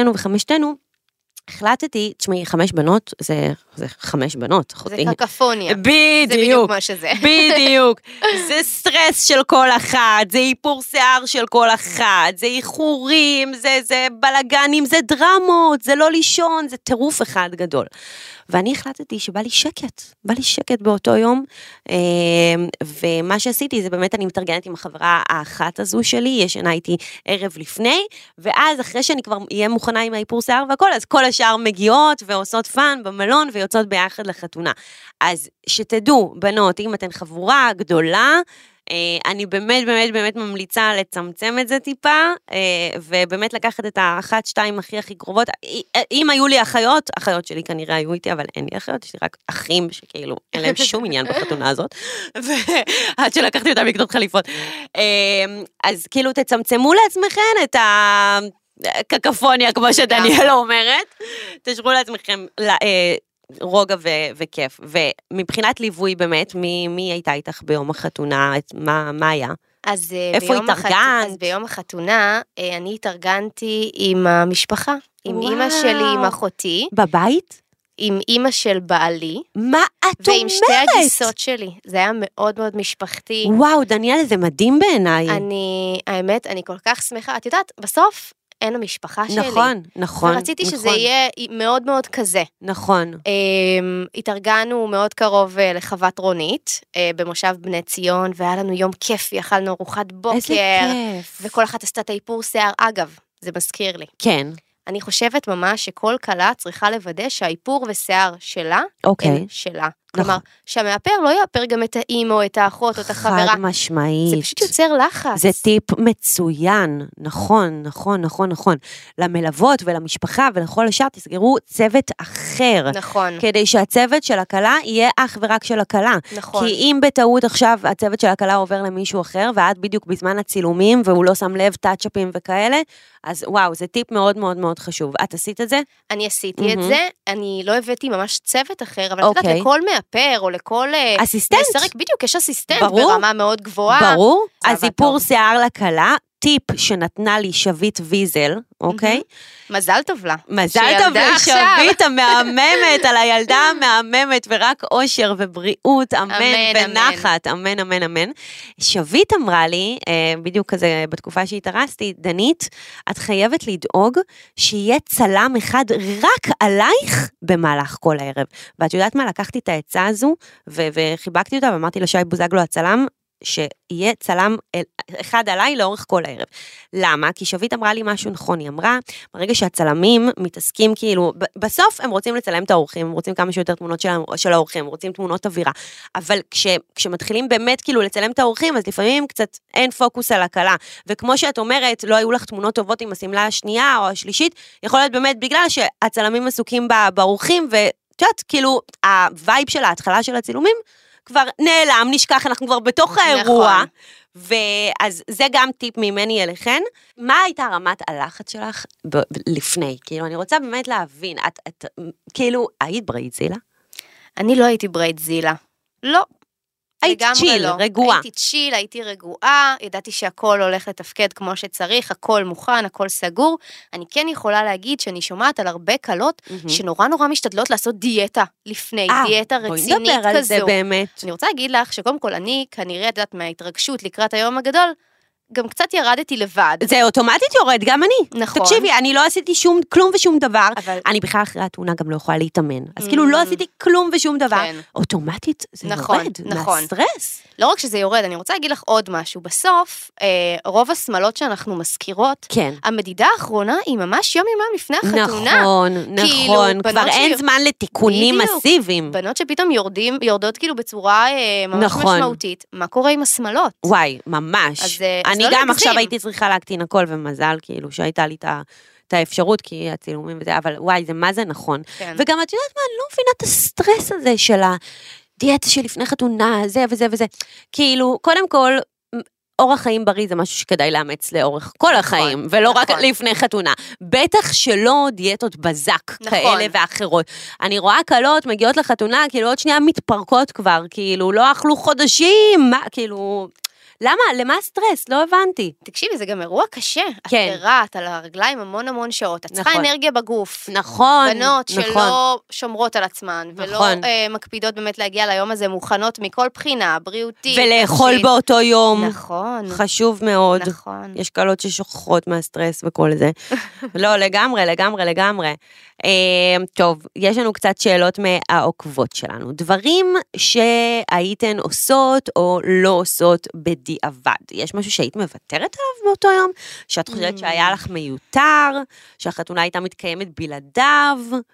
החלטתי, תשמעי, 5 בנות, זה 5 בנות, אחותי. זה קקפוניה. בדיוק. זה בדיוק מה שזה. בדיוק. זה סטרס של כל אחת, זה איפור שיער של כל אחת, זה איחורים, זה בלגנים, זה דרמות, זה לא לישון, זה טירוף אחד גדול. ואני החלטתי שבא לי שקט באותו יום, ומה שעשיתי זה באמת אני מתארגנת עם החברה האחת הזו שלי, ישנה איתי ערב לפני, ואז אחרי שאני כבר אהיה מוכנה עם האיפור שיער והכל, אז כל השאר מגיעות ועושות פן במלון ויוצאות ביחד לחתונה. אז שתדעו, בנות, אם אתן חבורה גדולה, אני באמת ממליצה לצמצם את זה טיפה, ובאמת לקחת את האחת, 2 הכי קרובות. אם היו לי אחיות שלי כנראה היו איתי, אבל אין לי אחיות, יש לי רק אחים שכאילו אין להם שום עניין בחתונה הזאת, ועד שלקחתי אותם לקנות חליפות. אז כאילו תצמצמו לעצמכם את הקקפוניה, כמו שדניאל אומרת, תשרו לעצמכם רוגע וכיף. ומבחינת ליווי באמת, מי הייתה איתך ביום החתונה? מה היה? איפה התארגנת? אז ביום החתונה, אני התארגנתי עם המשפחה, עם אמא שלי, עם אחותי. בבית? עם אמא של בעלי. מה את אומרת? ועם שתי הגיסות שלי. זה היה מאוד מאוד משפחתי. וואו, דניאל, זה מדהים בעיניי. האמת, אני כל כך שמחה. את יודעת, בסוף אין המשפחה שלי. נכון, נכון. ורציתי שזה יהיה מאוד מאוד כזה. נכון. התארגנו מאוד קרוב לחוות רונית, במושב בני ציון, והיה לנו יום כיפי, אכלנו ארוחת בוקר. איזה כיף. וכל אחת עשתה את האיפור שיער. אגב, זה מזכיר לי. כן. אני חושבת ממש שכל קלה צריכה לוודא שהאיפור ושיער שלה, הם שלה. כלומר, שהמאפר לא יאפר גם את האמא או את האחות או את החברה. חד משמעית. זה פשוט יוצר לחץ. זה טיפ מצוין, נכון, נכון, נכון, נכון. למלוות ולמשפחה ולכל השאר תסגרו צוות אחר. נכון. כדי שהצוות של הקלה יהיה אך ורק של הקלה. נכון. כי אם בטעות עכשיו הצוות של הקלה עובר למישהו אחר, ואת בדיוק בזמן הצילומים, והוא לא שם לב טאצ'אפים וכאלה, אז וואו, זה טיפ מאוד מאוד מאוד חשוב. את עשית את זה? אני עשיתי את זה, אני לא הבאתי ממש צוות אחר, אבל את יודעת, לכל מאפר או לכל... אסיסטנט. מסרק, בדיוק, יש אסיסטנט ברמה מאוד גבוהה. ברור. אז איפור שיער לקלה, טיפ שנתנה לי שביט ויזל, אוקיי? מזל טוב לה. מזל טוב לשביט המהממת, על הילדה המהממת, ורק אושר ובריאות, אמן ונחת, אמן, אמן, אמן. שביט אמרה לי, בדיוק כזה בתקופה שהתארסתי, דנית, את חייבת לדאוג שיהיה צלם אחד רק עלייך במהלך כל הערב. ואת יודעת מה? לקחתי את העצה הזו, וחיבקתי אותה, ואמרתי לשי בוזגלו הצלם, שיהיה צלם אחד עליי לאורך כל הערב. למה? כי שביט אמרה לי משהו נכון, היא אמרה, ברגע שהצלמים מתעסקים כאילו, בסוף הם רוצים לצלם את האורחים, הם רוצים כמה שיותר תמונות של האורחים, הם רוצים תמונות אווירה, אבל כשמתחילים באמת כאילו לצלם את האורחים, אז לפעמים קצת אין פוקוס על הקלה, וכמו שאת אומרת, לא היו לך תמונות טובות עם הסמלה השנייה או השלישית, יכול להיות באמת בגלל שהצלמים עסוקים באורחים, ותיודעת, כאילו, הווייב של ההתחלה של הצילומים, כבר נעלם, נשכח, אנחנו כבר בתוך האירוע, ואז זה גם טיפ ממני אליכן. מה הייתה רמת הלחץ שלך לפני? כאילו, אני רוצה באמת להבין, את כאילו, היית ברייטזילה? אני לא הייתי ברייטזילה. לא. היית צ'יל, רגועה. הייתי צ'יל, הייתי רגועה, ידעתי שהכל הולך לתפקד כמו שצריך, הכל מוכן, הכל סגור. אני כן יכולה להגיד שאני שומעת על הרבה קלות, שנורא נורא משתדלות לעשות דיאטה לפני, דיאטה רצינית כזו. בואי נדבר על זה באמת. אני רוצה להגיד לך שקודם כל אני, כנראה, את יודעת, מההתרגשות לקראת היום הגדול, גם קצת ירדתי לבד. זה אוטומטית יורד, גם אני. נכון. תקשיבי, אני לא עשיתי כלום ושום דבר, אני בכלל אחרי התאונה גם לא יכולה להתאמן. אז כאילו לא עשיתי כלום ושום דבר. אוטומטית זה יורד, מהסטרס. לא רק שזה יורד, אני רוצה להגיד לך עוד משהו. בסוף, רוב הסמלות שאנחנו מזכירות, המדידה האחרונה היא ממש יום לפני החתונה. נכון. כבר אין זמן לתיקונים מסיביים. בנות שפתאום יורדות כאילו בצורה ממש משמעותית. מה קורה עם הסמלות? וואי, ממש. אני גם עכשיו הייתי צריכה להקטין הכל, ומזל כאילו שהייתה לי את האפשרות, כי הצילומים וזה, אבל וואי, זה מה זה נכון. וגם את יודעת מה, אני לא מבינה את הסטרס הזה של הדיאטה שלפני חתונה, זה וזה וזה. כאילו, קודם כל, אורח חיים בריא זה משהו שכדאי לאמץ לאורך כל החיים, ולא רק לפני חתונה. בטח שלא דיאטות בזק כאלה ואחרות. אני רואה קלות, מגיעות לחתונה, כאילו עוד שנייה מתפרקות כבר, כאילו לא אכלו חודשים, כאילו... למה? למה הסטרס? לא הבנתי. תקשיבי, זה גם אירוע קשה. את קראת על הרגליים המון שעות. את צריכה אנרגיה בגוף. נכון. בנות שלא שומרות על עצמן, ולא מקפידות באמת להגיע ליום הזה מוכנות מכל בחינה, בריאותית. ולאכול באותו יום. נכון. חשוב מאוד. נכון. יש קלות ששוכחות מהסטרס וכל זה. לא, לגמרי. טוב, יש לנו קצת שאלות מהעוקבות שלנו. דברים שהייתן עושות או לא עושות בדיעבד. יש משהו שהיית מוותרת עליו באותו יום? שאת חושבת שהיה לך מיותר? שהחתונה הייתה מתקיימת בלעדיו?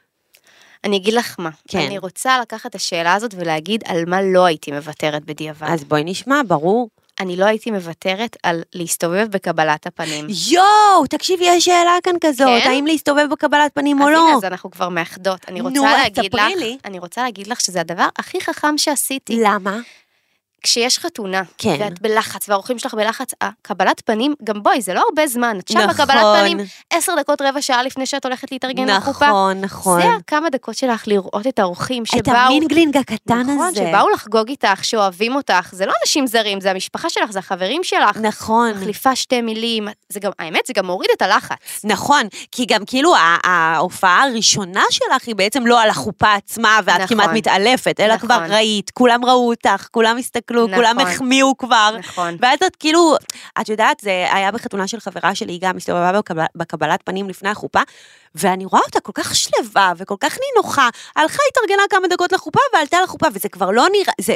אני אגיד לך מה. אני רוצה לקחת את השאלה הזאת ולהגיד על מה לא הייתי מוותרת בדיעבד. אז בואי נשמע, ברור. אני לא הייתי מוותרת על להסתובב בקבלת הפנים. יואו, תקשיבי, יש שאלה כאן כזאת, האם להסתובב בקבלת פנים או לא? אז אנחנו כבר מאחדות. אני רוצה להגיד לך שזה הדבר הכי חכם שעשיתי. למה? כשיש חתונה, ואת בלחץ, והאורחים שלך בלחץ, קבלת פנים, גם בואי, זה לא הרבה זמן, את שם בקבלת פנים, 10 דקות, רבע שעה לפני שאת הולכת להתארגן לחופה. נכון. זה כמה דקות שלך לראות את האורחים שבאו. את המינגלינג הקטן הזה. נכון, שבאו לחגוג איתך, שאוהבים אותך, זה לא אנשים זרים, זה המשפחה שלך, זה החברים שלך. נכון. מחליפה 2 מילים, האמת, זה גם מוריד את הלחץ. נכון, כי גם כאילו ההופעה הראשונה שלך היא בעצם לא על החופה עצמה, ואת כמעט מתעלפת, אלא כבר ראית, כולם ראו אותך, כולם הסתכלו, כולם החמיאו כבר. נכון. ואז את כאילו, את יודעת, זה היה בחתונה של חברה שלי, היא גם הסתובבה בקבלת פנים לפני החופה, ואני רואה אותה כל כך שלווה, וכל כך נינוחה, הלכה התארגנה כמה דקות לחופה, ועלתה לחופה, וזה כבר לא נראה,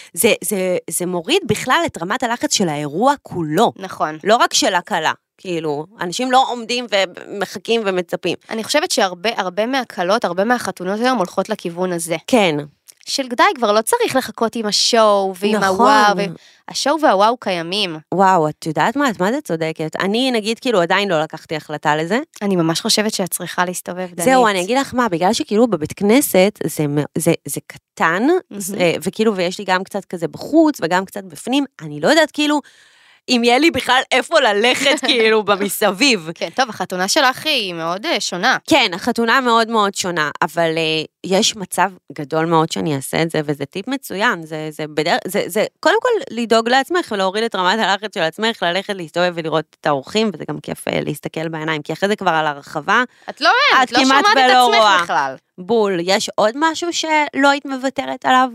זה מוריד בכלל את רמת הלחץ של האירוע כולו. נכון. לא רק של הקלה. כאילו, אנשים לא עומדים ומחכים ומצפים. אני חושבת שהרבה מהקלות, הרבה מהחתונות היום הולכות לכיוון הזה. כן. של די, כבר לא צריך לחכות עם השואו ועם הוואו. השואו והוואו קיימים. וואו, את יודעת מה זה צודקת? אני נגיד כאילו עדיין לא לקחתי החלטה לזה. אני ממש חושבת שאת צריכה להסתובב דנית. זהו, אני אגיד לך מה, בגלל שכאילו בבית כנסת זה קטן, וכאילו ויש לי גם קצת כזה בחוץ וגם קצת בפנים, אני לא יודעת כאילו, אם יהיה לי בכלל איפה ללכת כאילו במסביב. כן, טוב, החתונה שלך היא מאוד שונה. כן, החתונה מאוד מאוד שונה, אבל יש מצב גדול מאוד שאני אעשה את זה, וזה טיפ מצוין, זה קודם כל לדאוג לעצמך, ולהוריד את רמת הלחץ של עצמך, ללכת להסתובב ולראות את האורחים, וזה גם כיף להסתכל בעיניים, כי אחרי זה כבר על הרחבה, את לא שומעת את עצמך בכלל. בול, יש עוד משהו שלא היית מוותרת עליו?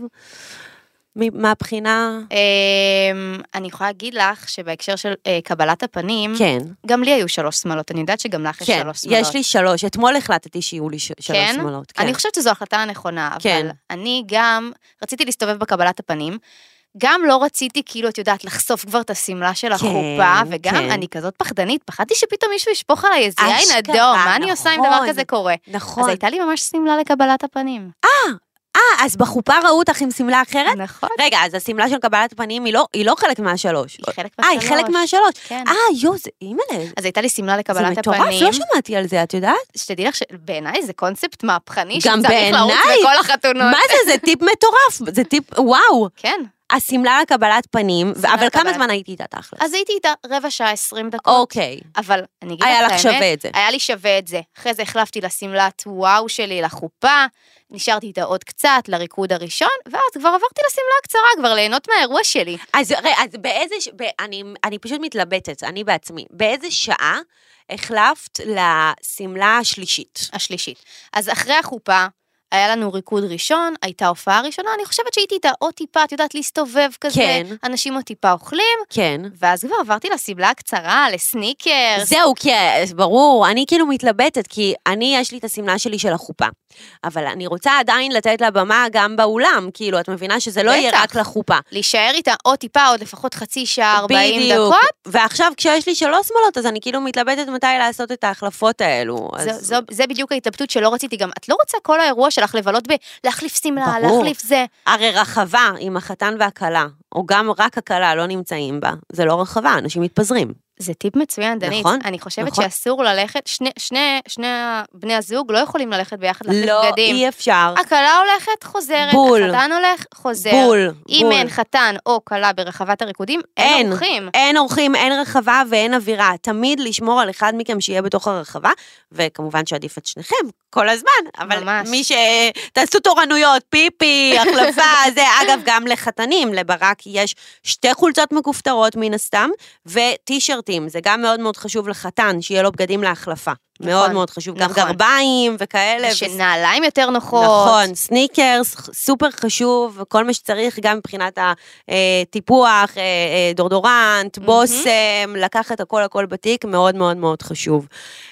מהבחינה? אני יכולה להגיד לך שבהקשר של קבלת הפנים, כן. גם לי היו 3 שמלות, אני יודעת שגם לך יש 3 שמלות. יש לי 3, אתמול החלטתי שיהיו לי 3 שמלות. אני חושבת שזו החלטה הנכונה, אבל אני גם רציתי להסתובב בקבלת הפנים, גם לא רציתי כאילו, את יודעת, לחשוף כבר את הסמלה של החופה, וגם אני כזאת פחדנית, פחדתי שפתאום מישהו ישפוך עליי איזה יין אדום, מה אני עושה אם דבר כזה קורה? נכון. אז הייתה לי ממש סמלה לקבלת הפנים. אז בחופה ראו אותך עם סמלה אחרת? נכון. רגע, אז הסמלה של קבלת פנים היא לא חלק מהשלוש. היא חלק מהשלוש. היא חלק מהשלוש. כן. זה אימא'לה. אז הייתה לי סמלה לקבלת הפנים. זה מטורף, לא שמעתי על זה, את יודעת? שתדעי לך שבעיניי זה קונספט מהפכני, גם שצריך לרוץ בכל החתונות. מה זה טיפ מטורף, זה טיפ, וואו. כן. הסמלה לקבלת פנים, אבל כמה זמן הייתי איתה תכלס? אז הייתי איתה רבע שעה, 20 דקות. אוקיי. אבל אני אגיד היה לך שווה את זה. היה לי שווה את זה. אחרי זה החלפתי לסמלת וואו שלי לחופה, נשארתי איתה עוד קצת לריקוד הראשון, ואז כבר עברתי לסמלה הקצרה, כבר ליהנות מהאירוע שלי. אז באיזה, אני פשוט מתלבטת, אני בעצמי, באיזה שעה החלפת לסמלה השלישית? השלישית. אז אחרי החופה, היה לנו ריקוד ראשון, הייתה הופעה ראשונה, אני חושבת שהייתי איתה עוד טיפה, את יודעת, להסתובב כזה, כן. אנשים עוד טיפה אוכלים, כן. ואז כבר עברתי לסמלה הקצרה, לסניקרס. זהו, כי ברור, אני כאילו מתלבטת, כי יש לי את הסמלה שלי של החופה, אבל אני רוצה עדיין לתת לה במה גם באולם, כאילו, את מבינה שזה לא יהיה רק לחופה. להישאר איתה עוד טיפה, עוד לפחות חצי שעה, 40 בדיוק. דקות. ועכשיו כשיש לי 3 שמאלות, אז אני כאילו מתלבטת מתי לעשות את ההחלפות האלו. זה בדיוק ההתלבטות שלא רציתי גם, את לא רוצה כל האירוע שלך לבלות להחליף סמלה, להחליף זה. הרי רחבה עם החתן והקלה, או גם רק הקלה לא נמצאים בה, זה לא רחבה, אנשים מתפזרים. זה טיפ מצוין, דנית. נכון, אני חושבת שאסור ללכת, שני בני הזוג לא יכולים ללכת ביחד להחליף בגדים. לא, אי אפשר. הקלה הולכת, חוזרת, בול. החתן הולך, חוזר. בול. אם אין חתן או קלה ברחבת הריקודים, אין אורחים. אין אורחים, אין רחבה ואין אווירה. תמיד לשמור על אחד מכם שיהיה בתוך הרחבה, וכמובן שעדיף את שניכם כל הזמן, אבל ממש. מי שתעשו תורנויות, פיפי, החלפה, זה אגב גם לחתנים, לברק יש 2 חולצות מכופתרות מן הסתם, וטישרטים, זה גם מאוד מאוד חשוב לחתן, שיהיה לו בגדים להחלפה. מאוד מאוד חשוב, גם גרביים וכאלה. שנעליים יותר נוחות. נכון, סניקרס, סופר חשוב, כל מה שצריך, גם מבחינת הטיפוח, דורדורנט, בוסם, לקחת הכל בתיק, מאוד מאוד מאוד חשוב.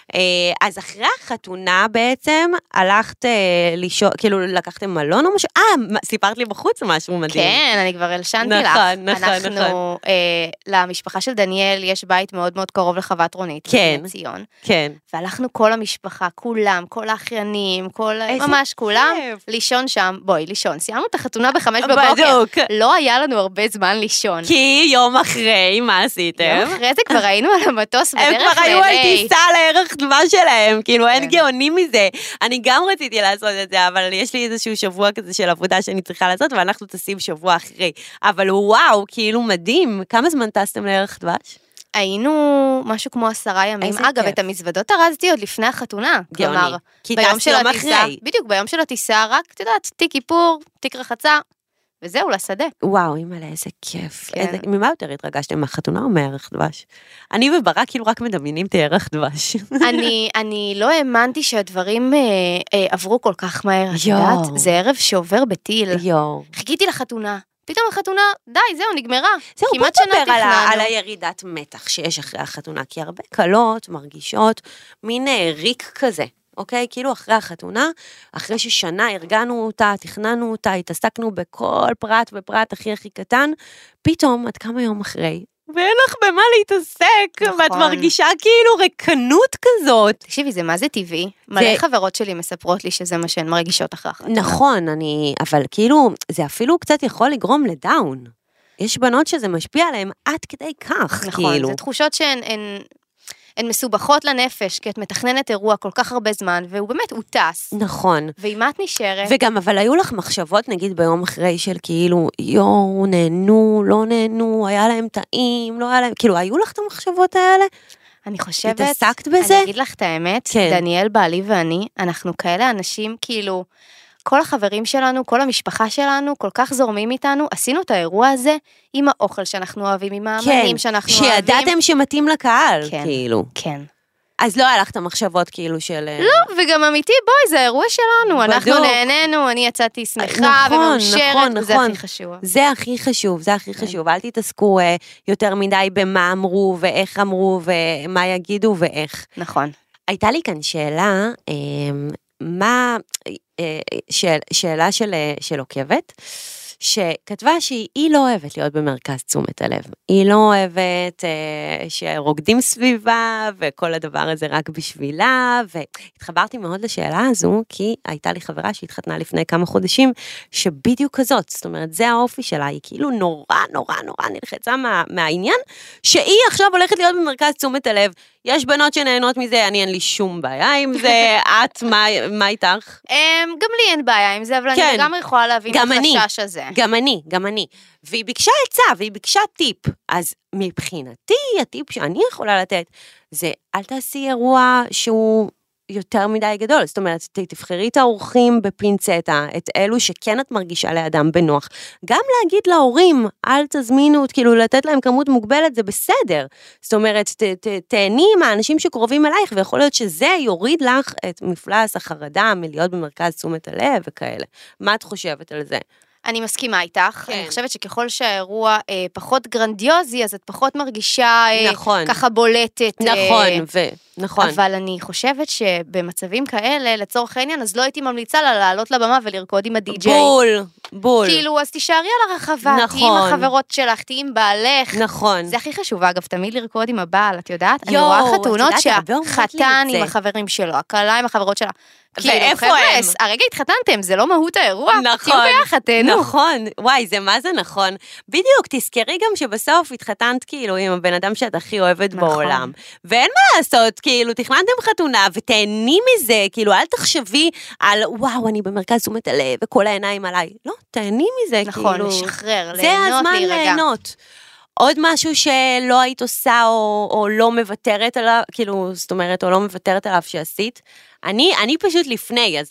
אז אחרי החתונה בעצם, הלכת לישון, כאילו לקחתם מלון או משהו? סיפרת לי בחוץ משהו מדהים. כן, אני כבר הלשנתי לך. אנחנו, למשפחה של דניאל, יש בית מאוד מאוד קרוב לחוות רונית. כן, ציון. כן. והלכנו הלכנו כל המשפחה, כולם, כל האחיינים, ממש כולם, לישון שם, בואי, לישון. סיימנו את החתונה ב5 בבוקר. לא היה לנו הרבה זמן לישון. כי יום אחרי, מה עשיתם? יום אחרי זה כבר היינו על המטוס בדרך הם כבר היו על טיסה לערך דבש שלהם, כאילו אין גאונים מזה. אני גם רציתי לעשות את זה, אבל יש לי איזשהו שבוע כזה של עבודה שאני צריכה לעשות, ואנחנו טסים שבוע אחרי. אבל וואו, כאילו מדהים. כמה זמן טסתם לערך דבש? היינו משהו כמו 10 ימים. אגב, את המזוודות ארזתי עוד לפני החתונה. גאוני. כי טסתי יום אחרי. בדיוק, ביום של הטיסה, רק, את יודעת, תיק איפור, תיק רחצה, וזהו, לשדה. וואו, אימא'לה, איזה כיף. ממה יותר התרגשתם, מהחתונה או מערך דבש? אני וברק כאילו רק מדמיינים את הערך דבש. אני לא האמנתי שהדברים עברו כל כך מהר, את יודעת? זה ערב שעובר בטיל. חיכיתי לחתונה. פתאום החתונה, די, זהו, נגמרה. זהו, בוא נדבר על הירידת מתח שיש אחרי החתונה, כי הרבה קלות מרגישות מין ריק כזה, אוקיי? כאילו אחרי החתונה, אחרי ששנה ארגנו אותה, תכננו אותה, התעסקנו בכל פרט ופרט הכי קטן, פתאום, עד כמה יום אחרי, ואין לך במה להתעסק, נכון. ואת מרגישה כאילו ריקנות כזאת. תקשיבי, זה מה זה טבעי? מלא חברות שלי מספרות לי שזה מה שהן מרגישות אחר החתונה. נכון, אבל כאילו, זה אפילו קצת יכול לגרום לדאון. יש בנות שזה משפיע עליהן עד כדי כך, נכון, כאילו. זה תחושות שהן הן מסובכות לנפש, כי את מתכננת אירוע כל כך הרבה זמן, והוא באמת, הוא טס. נכון. ועם מה את נשארת? וגם, אבל היו לך מחשבות, נגיד ביום אחרי של כאילו, יואו, נהנו, לא נהנו, היה להם טעים, לא היה להם, כאילו, היו לך את המחשבות האלה? אני חושבת, התעסקת בזה? אני אגיד לך את האמת, כן. דניאל, בעלי ואני, אנחנו כאלה אנשים, כאילו, כל החברים שלנו, כל המשפחה שלנו, כל כך זורמים איתנו, עשינו את האירוע הזה עם האוכל שאנחנו אוהבים, עם האמנים שאנחנו אוהבים. שידעתם שמתאים לקהל, כן, כאילו. כן. אז לא היה לך את המחשבות כאילו של... לא, וגם אמיתי, בואי, זה האירוע שלנו, אנחנו נהנינו, אני יצאתי שמחה ומאושרת, וזה הכי חשוב. זה הכי חשוב, זה הכי חשוב, אל תתעסקו יותר מדי במה אמרו, ואיך אמרו, ומה יגידו, ואיך. נכון. הייתה לי כאן שאלה, שאלה של עוקבת, שכתבה שהיא לא אוהבת להיות במרכז תשומת הלב, היא לא אוהבת שרוקדים סביבה, וכל הדבר הזה רק בשבילה, והתחברתי מאוד לשאלה הזו, כי הייתה לי חברה שהתחתנה לפני כמה חודשים, שבדיוק כזאת, זאת אומרת, זה האופי שלה, היא כאילו נורא נלחצה מהעניין, שהיא עכשיו הולכת להיות במרכז תשומת הלב, יש בנות שנהנות מזה, אני אין לי שום בעיה עם זה, את, מה איתך? גם לי אין בעיה עם זה, אבל אני גם יכולה להבין את החשש הזה. גם אני. והיא ביקשה עצה, והיא ביקשה טיפ. אז מבחינתי, הטיפ שאני יכולה לתת, זה אל תעשי אירוע שהוא יותר מדי גדול. זאת אומרת, תבחרי את האורחים בפינצטה, את אלו שכן את מרגישה לאדם בנוח. גם להגיד להורים, אל תזמינו, כאילו לתת להם כמות מוגבלת, זה בסדר. זאת אומרת, תהני עם האנשים שקרובים אלייך, ויכול להיות שזה יוריד לך את מפלס החרדה מלהיות במרכז תשומת הלב וכאלה. מה את חושבת על זה? אני מסכימה איתך, אני חושבת שככל שהאירוע פחות גרנדיוזי, אז את פחות מרגישה ככה בולטת. נכון. אבל אני חושבת שבמצבים כאלה, לצורך העניין, אז לא הייתי ממליצה לה לעלות לבמה ולרקוד עם הדי-ג'יי. בול. כאילו, אז תישארי על הרחבה, תהי עם החברות שלך, תהי עם בעלך. נכון. זה הכי חשוב, אגב, תמיד לרקוד עם הבעל, את יודעת? אני רואה חתונות שהחתן עם החברים שלו, הכלה עם החברות שלה. ואיפה הם? הרגע התחתנתם, זה לא מהות האירוע. נכון, נכון, וואי, זה מה זה נכון. בדיוק, תזכרי גם שבסוף התחתנת כאילו עם הבן אדם שאת הכי אוהבת בעולם. ואין מה לעשות, כאילו, תכננתם חתונה ותהני מזה, כאילו, אל תחשבי על, וואו, אני במרכז תשומת הלב וכל העיניים עליי. לא, תהני מזה, כאילו. נכון, לשחרר, זה הזמן ליהנות. עוד משהו שלא היית עושה או לא מוותרת עליו, כאילו, זאת אומרת, או לא מוותרת עליו שעשית, אני פשוט לפני, אז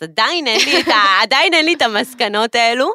עדיין אין לי את המסקנות האלו.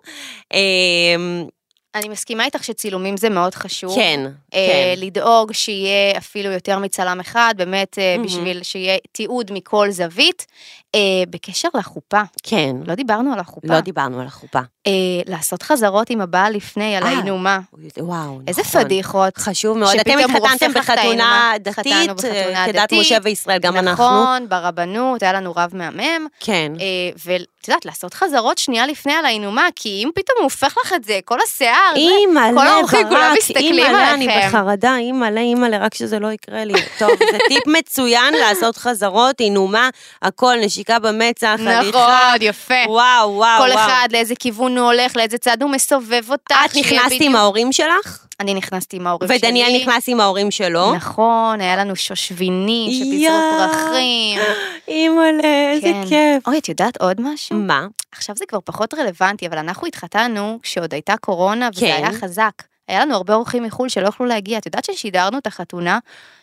אני מסכימה איתך שצילומים זה מאוד חשוב. כן. לדאוג שיהיה אפילו יותר מצלם אחד, באמת בשביל שיהיה תיעוד מכל זווית. בקשר לחופה. כן. לא דיברנו על החופה. לא דיברנו על החופה. לעשות חזרות עם הבעל לפני, על האינומה. וואו, נכון. איזה פדיחות. חשוב מאוד. אתם התחתנתם בחתונה דתית, כדת משה וישראל, גם אנחנו. נכון, ברבנות, היה לנו רב מהמם. כן. ואת יודעת, לעשות חזרות שנייה לפני על האינומה, כי אם פתאום הוא הופך לך את זה, כל השיער, כל האורחים כולם מסתכלים עליכם. אני בחרדה, אימא'לה, רק שזה לא יקרה לי. טוב, זה טיפ מצוין לעשות חזרות, אינומה, הכל, נשיקה במצח, הליכה. נכון, יפה. וואו. כל אחד לאיזה כיוון הוא הולך, לאיזה צד הוא מסובב אותך. את נכנסת עם ההורים שלך? אני נכנסתי עם ההורים שלי. ודניאל נכנס עם ההורים שלו? נכון, היה לנו שושבינים שפיזרו פרחים. אימא'לה, איזה כיף. אוי, את יודעת עוד משהו? מה? עכשיו זה כבר פחות רלוונטי, אבל אנחנו התחתנו כשעוד הייתה קורונה, וזה היה חזק. היה לנו הרבה אורחים מחול שלא יכלו להגיע. את יודעת ששידרנו את החתונה?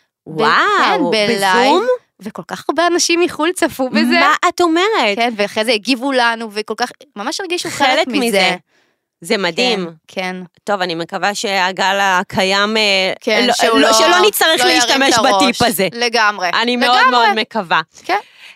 וואו, בזום? וכל כך הרבה אנשים מחול צפו בזה. מה את אומרת? כן, ואחרי זה הגיבו לנו, וכל כך, ממש הרגישו חלק מזה. זה מדהים. כן. טוב, אני מקווה שהגל הקיים, כן, שלא נצטרך להשתמש בטיפ הזה. לגמרי. אני מאוד מאוד מקווה. כן.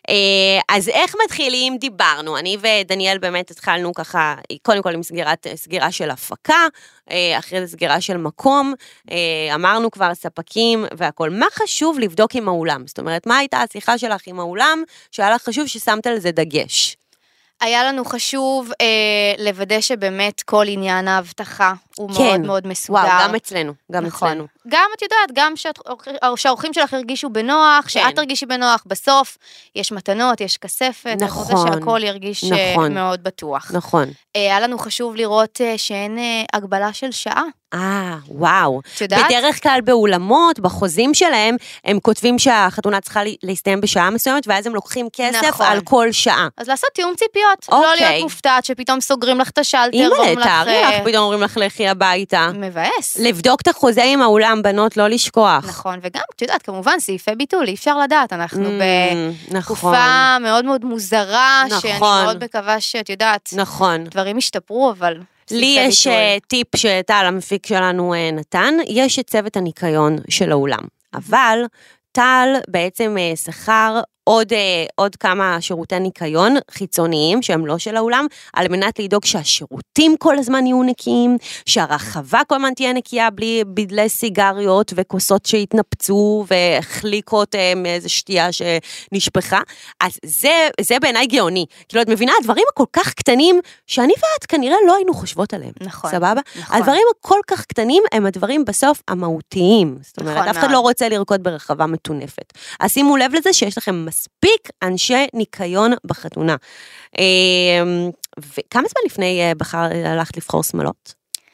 אז איך מתחילים? דיברנו, אני ודניאל באמת התחלנו ככה, קודם כל עם סגירה של הפקה, אחרי זה סגירה של מקום, אמרנו כבר ספקים והכל. מה חשוב לבדוק עם האולם? זאת אומרת, מה הייתה השיחה שלך עם האולם, שהיה לך חשוב ששמת על זה דגש? היה לנו חשוב לוודא שבאמת כל עניין ההבטחה הוא מאוד מאוד מסודר. וואו, גם אצלנו, גם אצלנו. גם את יודעת, גם שהאורחים שלך הרגישו בנוח, שאת הרגישי בנוח, בסוף יש מתנות, יש כספת, נכון. שהכל ירגיש מאוד בטוח. נכון. היה לנו חשוב לראות שאין הגבלה של שעה. וואו. בדרך כלל באולמות, בחוזים שלהם, הם כותבים שהחתונה צריכה להסתיים בשעה מסוימת, ואז הם לוקחים כסף על כל שעה. אז לעשות תיאום ציפיות, לא להיות מופתעת שפתאום סוגרים לך את השלטר, פתאום אומרים לך לכי הביתה. מבאס. לבדוק את החוזה עם האולם, בנות, לא לשכוח. נכון, וגם, את יודעת, כמובן, סעיפי ביטול, אי אפשר לדעת, אנחנו בתקופה מאוד מאוד מוזרה, שאני מאוד מקווה שאת יודעת, דברים השתפרו, אבל... לי יש טיפ שטל המפיק שלנו נתן, יש את צוות הניקיון של האולם, אבל טל בעצם שכר עוד כמה שירותי ניקיון חיצוניים שהם לא של האולם, על מנת לדאוג שהשירותים כל הזמן יהיו נקיים, שהרחבה כל הזמן תהיה נקייה בלי בדלי סיגריות וכוסות שהתנפצו והחליקות מאיזו שתייה שנשפחה. אז זה בעיניי גאוני. כאילו את מבינה, הדברים הכל כך קטנים שאני ואת כנראה לא היינו חושבות עליהם. נכון. סבבה? הדברים הכל כך קטנים הם הדברים בסוף המהותיים. זאת אומרת, אף אחד לא רוצה לרקוד ברחבה מטונפת. אז שימו לב לזה שיש לכם מספיק אנשי ניקיון בחתונה. וכמה זמן לפני הלכת לבחור שמלות?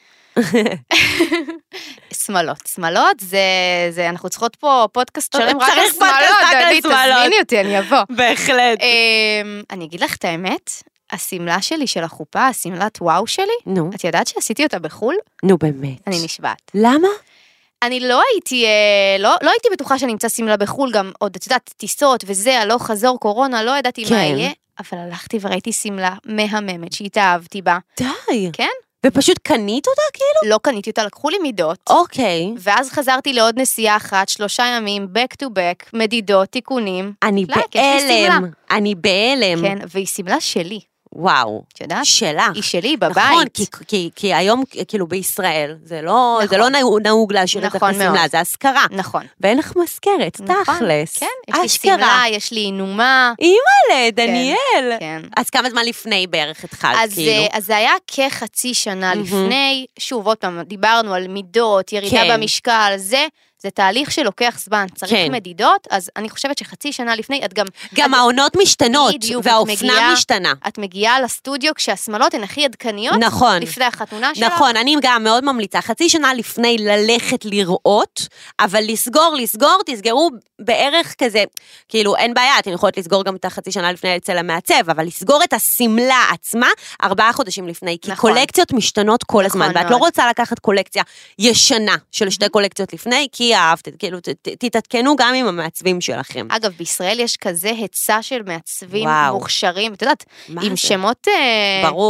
שמלות, זה אנחנו צריכות פה פודקאסט שלם רק על שמלות, תזמיני אותי, אני אבוא. בהחלט. אני אגיד לך את האמת, הסמלה שלי של החופה, הסמלת וואו שלי, את יודעת שעשיתי אותה בחול? נו באמת. אני נשבעת. למה? אני לא הייתי בטוחה שאני אמצא סמלה בחול, גם עוד, את יודעת, טיסות וזה, הלוך חזור קורונה, לא ידעתי מה יהיה, אבל הלכתי וראיתי סמלה מהממת שהתאהבתי בה. די. כן? ופשוט קנית אותה כאילו? לא קניתי אותה, לקחו לי מידות. אוקיי. ואז חזרתי לעוד נסיעה אחת, 3 ימים, back to back, מדידות, תיקונים. אני בהלם. כן, והיא סמלה שלי. וואו, שלה. היא שלי בבית. נכון, כי היום, כאילו בישראל, זה לא נהוג להשאיר את הסמלה, זה השכרה. נכון. ואין לך מזכרת, תכלס. כן, יש לי סמלה, יש לי אינומה. אימא'לה, דניאל. כן. אז כמה זמן לפני בערך התחלת, כאילו? אז זה היה כחצי שנה לפני, שוב, עוד פעם, דיברנו על מידות, ירידה במשקל, זה תהליך שלוקח זמן, צריך מדידות, אז אני חושבת שחצי שנה לפני, את גם העונות משתנות, והאופנה משתנה. את מגיעה לסטודיו כשהשמלות הן הכי עדכניות, לפני החתונה שלך. נכון, אני גם מאוד ממליצה, חצי שנה לפני ללכת לראות, אבל לסגור, תסגרו בערך כזה, כאילו אין בעיה, אתם יכולות לסגור גם את החצי שנה לפני אצל המעצב, אבל לסגור את הסמלה עצמה 4 חודשים לפני, כי קולקציות משתנות כל הזמן, ואת לא רוצה לקחת קולקציה ישנה של 2 קולקציות לפני, כי אהבת, כאילו, תתעדכנו גם עם המעצבים שלכם. אגב, בישראל יש כזה היצע של מעצבים מוכשרים, את יודעת, עם שמות... ברור.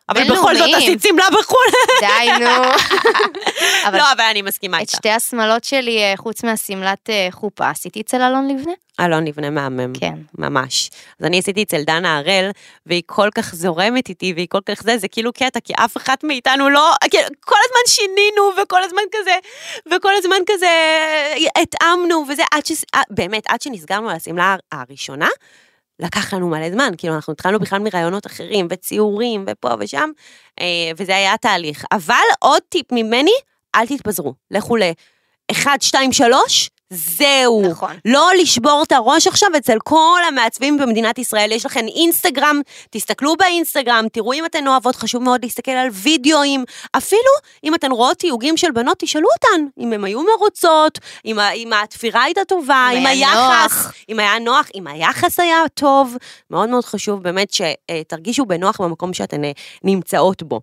אבל בכל זאת עשית שמלה בחול. די, נו. לא, אבל אני מסכימה איתה. את שתי השמלות שלי, חוץ מהשמלת חופה, עשיתי אצל אלון לבנה? אלון לבנה מהמם. כן. ממש. אז אני עשיתי אצל דנה הראל, והיא כל כך זורמת איתי, והיא כל כך זה כאילו קטע, כי אף אחת מאיתנו לא, כל הזמן שינינו, וכל הזמן כזה התאמנו, וזה באמת, עד שנסגרנו על השמלה הראשונה, לקח לנו מלא זמן, כאילו אנחנו התחלנו בכלל מרעיונות אחרים, וציורים, ופה ושם, וזה היה תהליך. אבל עוד טיפ ממני, אל תתפזרו, לכו ל-1, 2, 3, זהו. נכון. לא לשבור את הראש עכשיו אצל כל המעצבים במדינת ישראל, יש לכם אינסטגרם, תסתכלו באינסטגרם, תראו אם אתן אוהבות, חשוב מאוד להסתכל על וידאוים, אפילו אם אתן רואות תיוגים של בנות, תשאלו אותן, אם הן היו מרוצות, אם התפירה הייתה טובה, אם היחס, אם היה נוח, אם היחס היה טוב, מאוד מאוד חשוב באמת שתרגישו בנוח במקום שאתן נמצאות בו.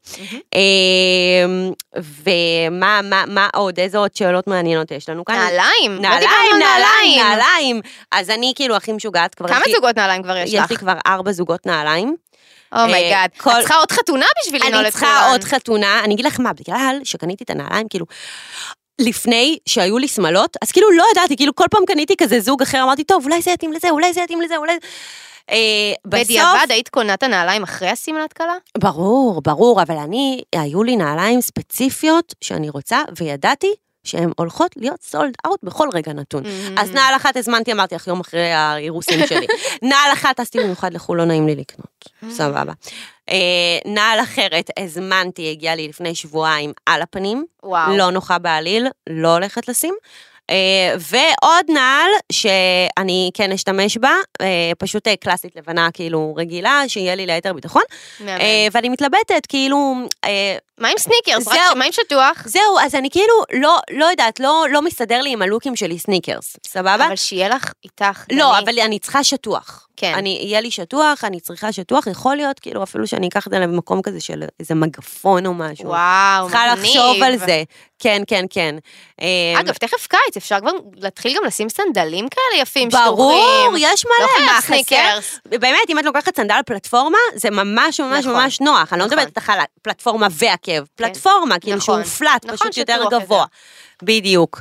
ומה עוד, איזה עוד שאלות מעניינות יש לנו כאן? נעליים. אז אני כאילו הכי משוגעת כבר. כמה זוגות נעליים כבר יש לך? יש לי כבר 4 זוגות נעליים. אומייגאד, את צריכה עוד חתונה בשביל לנעול את כולן. אני צריכה עוד חתונה, אני אגיד לך מה, בגלל שקניתי את הנעליים, כאילו, לפני שהיו לי שמלות, אז כאילו לא ידעתי, כאילו כל פעם קניתי כזה זוג אחר, אמרתי, טוב, אולי זה יתאים לזה, אולי זה יתאים לזה, אולי... בדיעבד היית קונת הנעליים אחרי השמלת כלה? ברור, אבל היו לי נעליים ספציפיות שאני רוצה, וידעתי שהן הולכות להיות סולד אאוט בכל רגע נתון. אז נעל אחת הזמנתי, אמרתי לך יום אחרי האירוסים שלי. נעל אחת עשיתי במיוחד לחול, לא נעים לי לקנות. סבבה. נעל אחרת הזמנתי, הגיעה לי לפני שבועיים על הפנים. לא נוחה בעליל, לא הולכת לשים. ועוד נעל שאני כן אשתמש בה, פשוט קלאסית לבנה כאילו רגילה, שיהיה לי ליתר ביטחון, ואני מתלבטת כאילו... מה עם סניקרס? מה עם שטוח? זהו, אז אני כאילו לא יודעת, לא מסתדר לי עם הלוקים שלי סניקרס, סבבה? אבל שיהיה לך איתך. לא, אבל אני צריכה שטוח. כן. יהיה לי שטוח, אני צריכה שטוח, יכול להיות כאילו אפילו שאני אקח את זה למקום כזה של איזה מגפון או משהו. וואו, צריכה לחשוב על זה. כן. אגב, תכף קיץ, אפשר כבר להתחיל גם לשים סנדלים כאלה יפים, שטוחים. ברור, יש מלא. לא סניקרס. באמת, אם את לוקחת סנדל פלטפורמה, זה ממש נוח. אני לא מדברת איתך על פלטפורמה ועקב. פלטפורמה, כאילו שהוא פלט, פשוט יותר גבוה. בדיוק.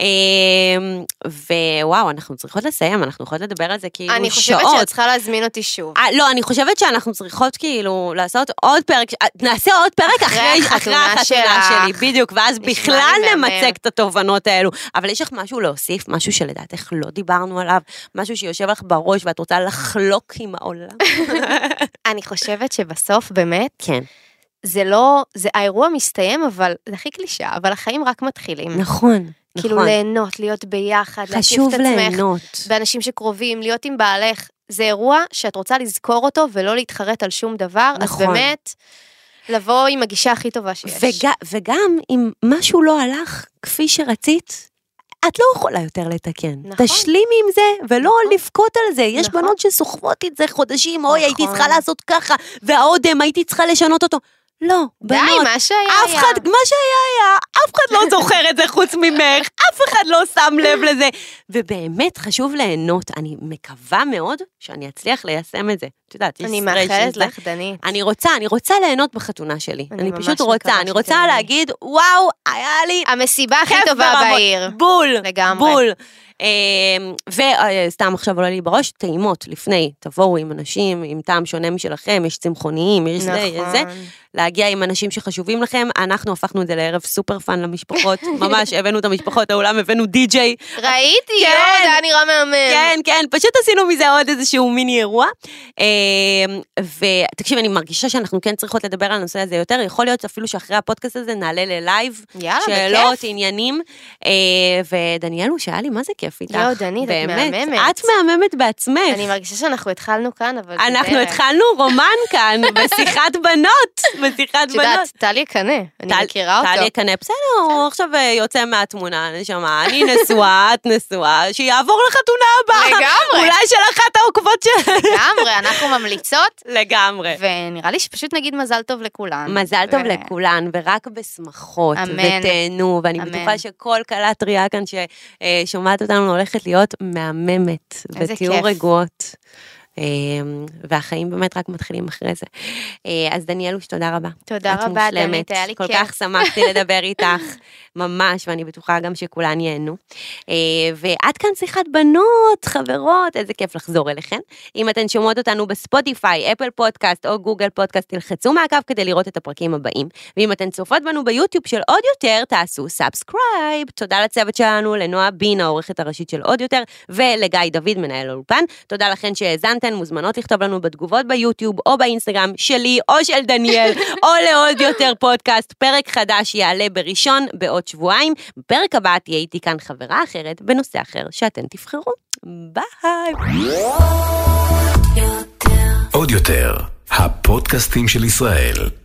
ווואו, אנחנו צריכות לסיים, אנחנו יכולות לדבר על זה כאילו שעות. אני חושבת שאת צריכה להזמין אותי שוב. לא, אני חושבת שאנחנו צריכות כאילו לעשות עוד פרק, נעשה עוד פרק אחרי החתונה שלי, בדיוק, ואז בכלל נמצק את התובנות האלו. אבל יש לך משהו להוסיף, משהו שלדעתך לא דיברנו עליו, משהו שיושב לך בראש ואת רוצה לחלוק עם העולם. אני חושבת שבסוף באמת, כן. האירוע מסתיים, אבל זה הכי קלישה, אבל החיים רק מתחילים. נכון. כאילו ליהנות, להיות ביחד, להקיף את עצמך, באנשים שקרובים, להיות עם בעלך, זה אירוע שאת רוצה לזכור אותו, ולא להתחרט על שום דבר, אז באמת, לבוא עם הגישה הכי טובה שיש. וגם אם משהו לא הלך כפי שרצית, את לא יכולה יותר לתקן. תשלימי עם זה, ולא לבכות על זה. יש בנות שסוחבות את זה חודשים, אוי, הייתי צריכה לעשות ככה, והאודם, הייתי צריכה לשנות אותו. לא, בנות, די, מה שהיה היה. מה שהיה, אף אחד לא זוכר את זה חוץ ממך, אף אחד לא שם לב לזה, ובאמת חשוב ליהנות, אני מקווה מאוד שאני אצליח ליישם את זה, את יודעת, אני מאחלת לך, דנית. אני רוצה ליהנות בחתונה שלי, אני פשוט רוצה, אני רוצה להגיד, וואו, היה לי המסיבה הכי טובה בעיר. בול, בול. וסתם עכשיו עולה לי בראש, טעימות לפני, תבואו עם אנשים, עם טעם שונה משלכם, יש צמחוניים, יש זה, להגיע עם אנשים שחשובים לכם, אנחנו הפכנו את זה לערב סופר פאן למשפחות, ממש הבאנו את המשפחות, העולם הבאנו די-ג'יי. ראיתי, זה היה נראה מהמם. כן, פשוט עשינו מזה עוד איזשהו מיני אירוע, ותקשיב, אני מרגישה שאנחנו כן צריכות לדבר על הנושא הזה יותר, יכול להיות אפילו שאחרי הפודקאסט הזה נעלה ללייב, שאלות, עניינים, ודניאלו, שהיה לי מה זה כיף איתך. לא, דנית, את מהממת. את מהממת בעצמך. אני מרגישה שאנחנו התחלנו כאן, אבל אנחנו התחלנו רומן כאן, בשיחת בנות. יודעת, טלי יקנה, אני מכירה אותו. טלי יקנה, בסדר, הוא עכשיו יוצא מהתמונה, נשמע, אני נשואה, את נשואה, שיעבור לחתונה הבאה. לגמרי. אולי של אחת העוקבות שלנו. לגמרי, אנחנו ממליצות. לגמרי. ונראה לי שפשוט נגיד מזל טוב לכולן. מזל טוב לכולן, ורק בשמחות, ותהנו, ואני בטוחה שכל קלה טריה כאן ששומעת אותנו הולכת להיות מהממת, ותהיו רגועות. והחיים באמת רק מתחילים אחרי זה. אז דניאלוש, תודה רבה. תודה רבה, דנית, היה לי כיף. כל כך שמחתי לדבר איתך, ממש, ואני בטוחה גם שכולן ייהנו. ועד כאן שיחת בנות, חברות, איזה כיף לחזור אליכן. אם אתן שומעות אותנו בספוטיפיי, אפל פודקאסט או גוגל פודקאסט, תלחצו מעקב כדי לראות את הפרקים הבאים. ואם אתן צופות בנו ביוטיוב של עוד יותר, תעשו סאבסקרייב. תודה לצוות שלנו, לנועה בין, העורכת הראשית של עוד יותר, ולגיא דוד, מנהל האולפן. תודה לכן שהאזנתן, מוזמנות לכתוב לנו בתגובות ביוטיוב או באינסטגרם שלי או של דניאל, או לעוד יותר פודקאסט. פרק חדש יעלה בראשון בעוד שבועיים. בפרק הבא תהיה איתי כאן חברה אחרת בנושא אחר שאתן תבחרו. ביי. עוד יותר, הפודקאסטים של ישראל.